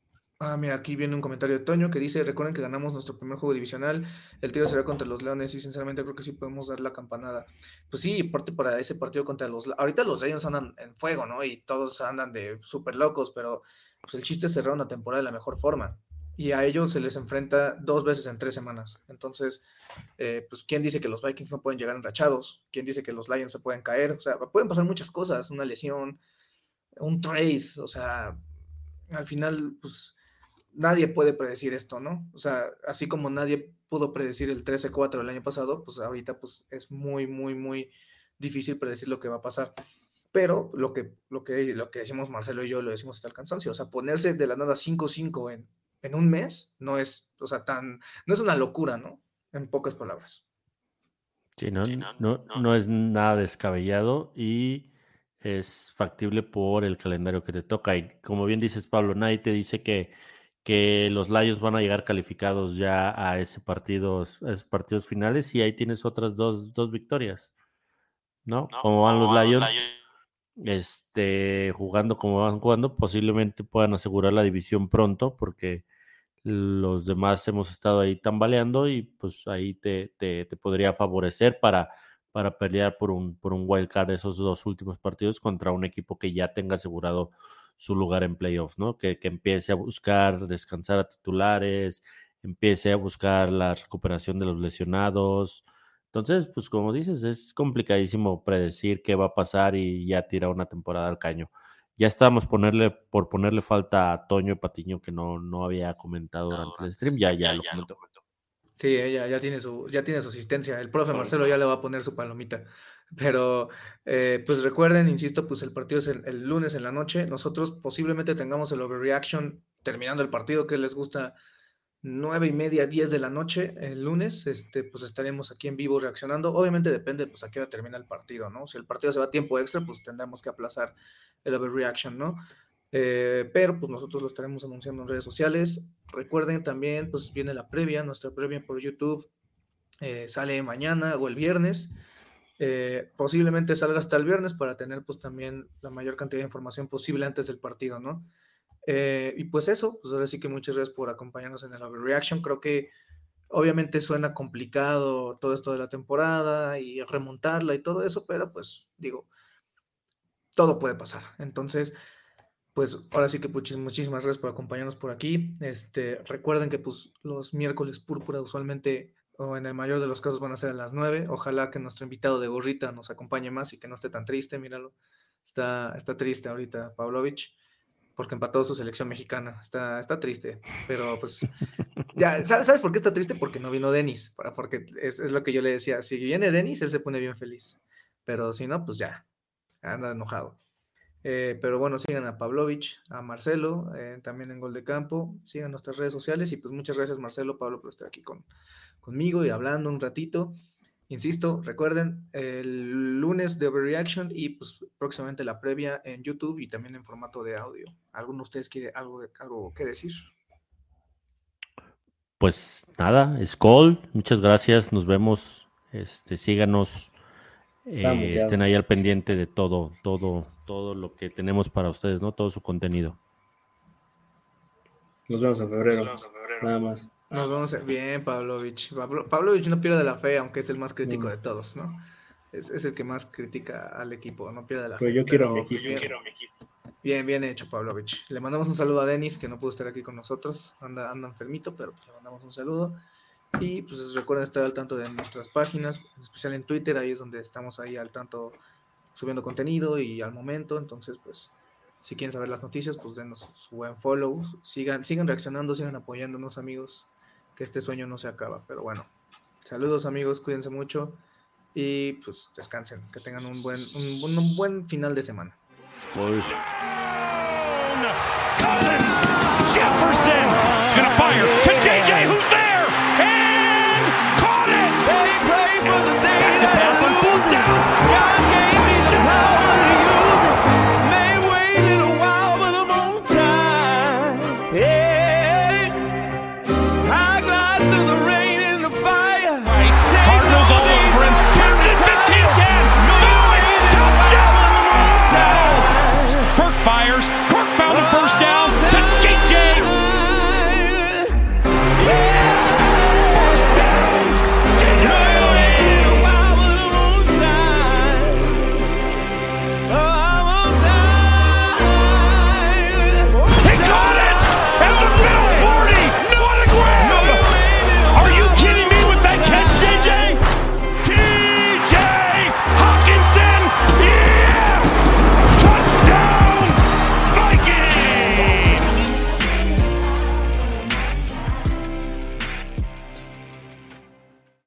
Ah, mira, aquí viene un comentario de Toño que dice, recuerden que ganamos nuestro primer juego divisional, el tiro será contra los Leones y sinceramente creo que sí podemos dar la campanada. Pues sí, aparte para ese partido contra los... Ahorita los Lions andan en fuego, ¿no? Y todos andan de súper locos, pero pues el chiste es cerrar una temporada de la mejor forma. Y a ellos se les enfrenta dos veces en tres semanas. Entonces, eh, pues ¿quién dice que los Vikings no pueden llegar enrachados? ¿Quién dice que los Lions se pueden caer? O sea, pueden pasar muchas cosas, una lesión, un trade, o sea, al final, pues... Nadie puede predecir esto, ¿no? O sea, así como nadie pudo predecir el trece cuatro del año pasado, pues ahorita pues es muy, muy, muy difícil predecir lo que va a pasar. Pero lo que, lo que, lo que decimos Marcelo y yo, lo decimos hasta el cansancio, o sea, ponerse de la nada cinco cinco en, en un mes no es, o sea, tan, no es una locura, ¿no? En pocas palabras. Sí, no, no, no es nada descabellado y es factible por el calendario que te toca. Y como bien dices, Pablo, nadie te dice que que los Lions van a llegar calificados ya a ese partidos, a esos partidos finales y ahí tienes otras dos, dos victorias, ¿no? no como van los Lions, los Lions, este, jugando como van jugando, posiblemente puedan asegurar la división pronto porque los demás hemos estado ahí tambaleando y pues ahí te, te, te podría favorecer para, para pelear por un, por un wild card esos dos últimos partidos contra un equipo que ya tenga asegurado su lugar en playoffs, ¿no? Que, que empiece a buscar descansar a titulares, empiece a buscar la recuperación de los lesionados. Entonces, pues como dices, es complicadísimo predecir qué va a pasar y ya tirar una temporada al caño. Ya estábamos ponerle, por ponerle falta a Toño Patiño, que no, no había comentado durante no, el stream, ya, ya, ya lo comentó. Sí, ya, ya, tiene su, ya tiene su asistencia. El profe Marcelo ya le va a poner su palomita. Pero, eh, pues recuerden, insisto, pues el partido es el, el lunes en la noche. Nosotros posiblemente tengamos el overreaction terminando el partido, que les gusta nueve y media, diez de la noche el lunes. Este, pues estaremos aquí en vivo reaccionando. Obviamente depende, pues a qué hora termina el partido, ¿no? Si el partido se va a tiempo extra, pues tendremos que aplazar el overreaction, ¿no? Eh, pero pues nosotros lo estaremos anunciando en redes sociales. Recuerden también, pues viene la previa, nuestra previa por YouTube, eh, sale mañana o el viernes, eh, posiblemente salga hasta el viernes para tener pues también la mayor cantidad de información posible antes del partido, ¿no? Eh, y pues eso, pues ahora sí que muchas gracias por acompañarnos en el Overreaction. Creo que obviamente suena complicado todo esto de la temporada y remontarla y todo eso, pero pues digo, todo puede pasar. Entonces, pues ahora sí que pues, muchísimas gracias por acompañarnos por aquí. Este, recuerden que pues los miércoles púrpura usualmente, o en el mayor de los casos, van a ser a las nueve. Ojalá que nuestro invitado de gorrita nos acompañe más y que no esté tan triste. Míralo, está, está triste ahorita Pavlovich, porque empató su selección mexicana. Está, está triste, pero pues ya, ¿sabes por qué está triste? Porque no vino Denis, porque es, es lo que yo le decía. Si viene Denis, él se pone bien feliz, pero si no, pues ya, anda enojado. Eh, pero bueno, sigan a Pavlovich, a Marcelo, eh, también en Gol de Campo, sigan nuestras redes sociales y pues muchas gracias Marcelo, Pablo, por estar aquí con, conmigo y hablando un ratito. Insisto, recuerden, el lunes de Overreaction y pues próximamente la previa en YouTube y también en formato de audio. ¿Alguno de ustedes quiere algo, algo que decir? Pues nada, Skol, muchas gracias, nos vemos, este, síganos. Eh, estén ahí al pendiente de todo, todo, todo lo que tenemos para ustedes, ¿no? Todo su contenido. Nos vemos en febrero. Nos vemos en febrero. Nada más. Nos vemos bien, Pavlovich. Pablo, Pavlovich no pierde la fe, aunque es el más crítico mm. de todos, ¿no? Es, es el que más critica al equipo, no pierde la pero fe. Yo quiero pero mi equipo. Bien, yo quiero mi equipo. Bien, bien hecho, Pavlovich. Le mandamos un saludo a Denis, que no pudo estar aquí con nosotros. Anda, anda enfermito, pero pues le mandamos un saludo. Y pues recuerden estar al tanto de nuestras páginas, en especial en Twitter, ahí es donde estamos ahí al tanto subiendo contenido y al momento. Entonces, pues, si quieren saber las noticias, pues denos su buen follow. Sigan, sigan reaccionando, sigan apoyándonos, amigos, que este sueño no se acaba. Pero bueno, saludos, amigos, cuídense mucho y pues descansen, que tengan un buen, un, un buen final de semana. Uy. Jefferson is gonna fire to James.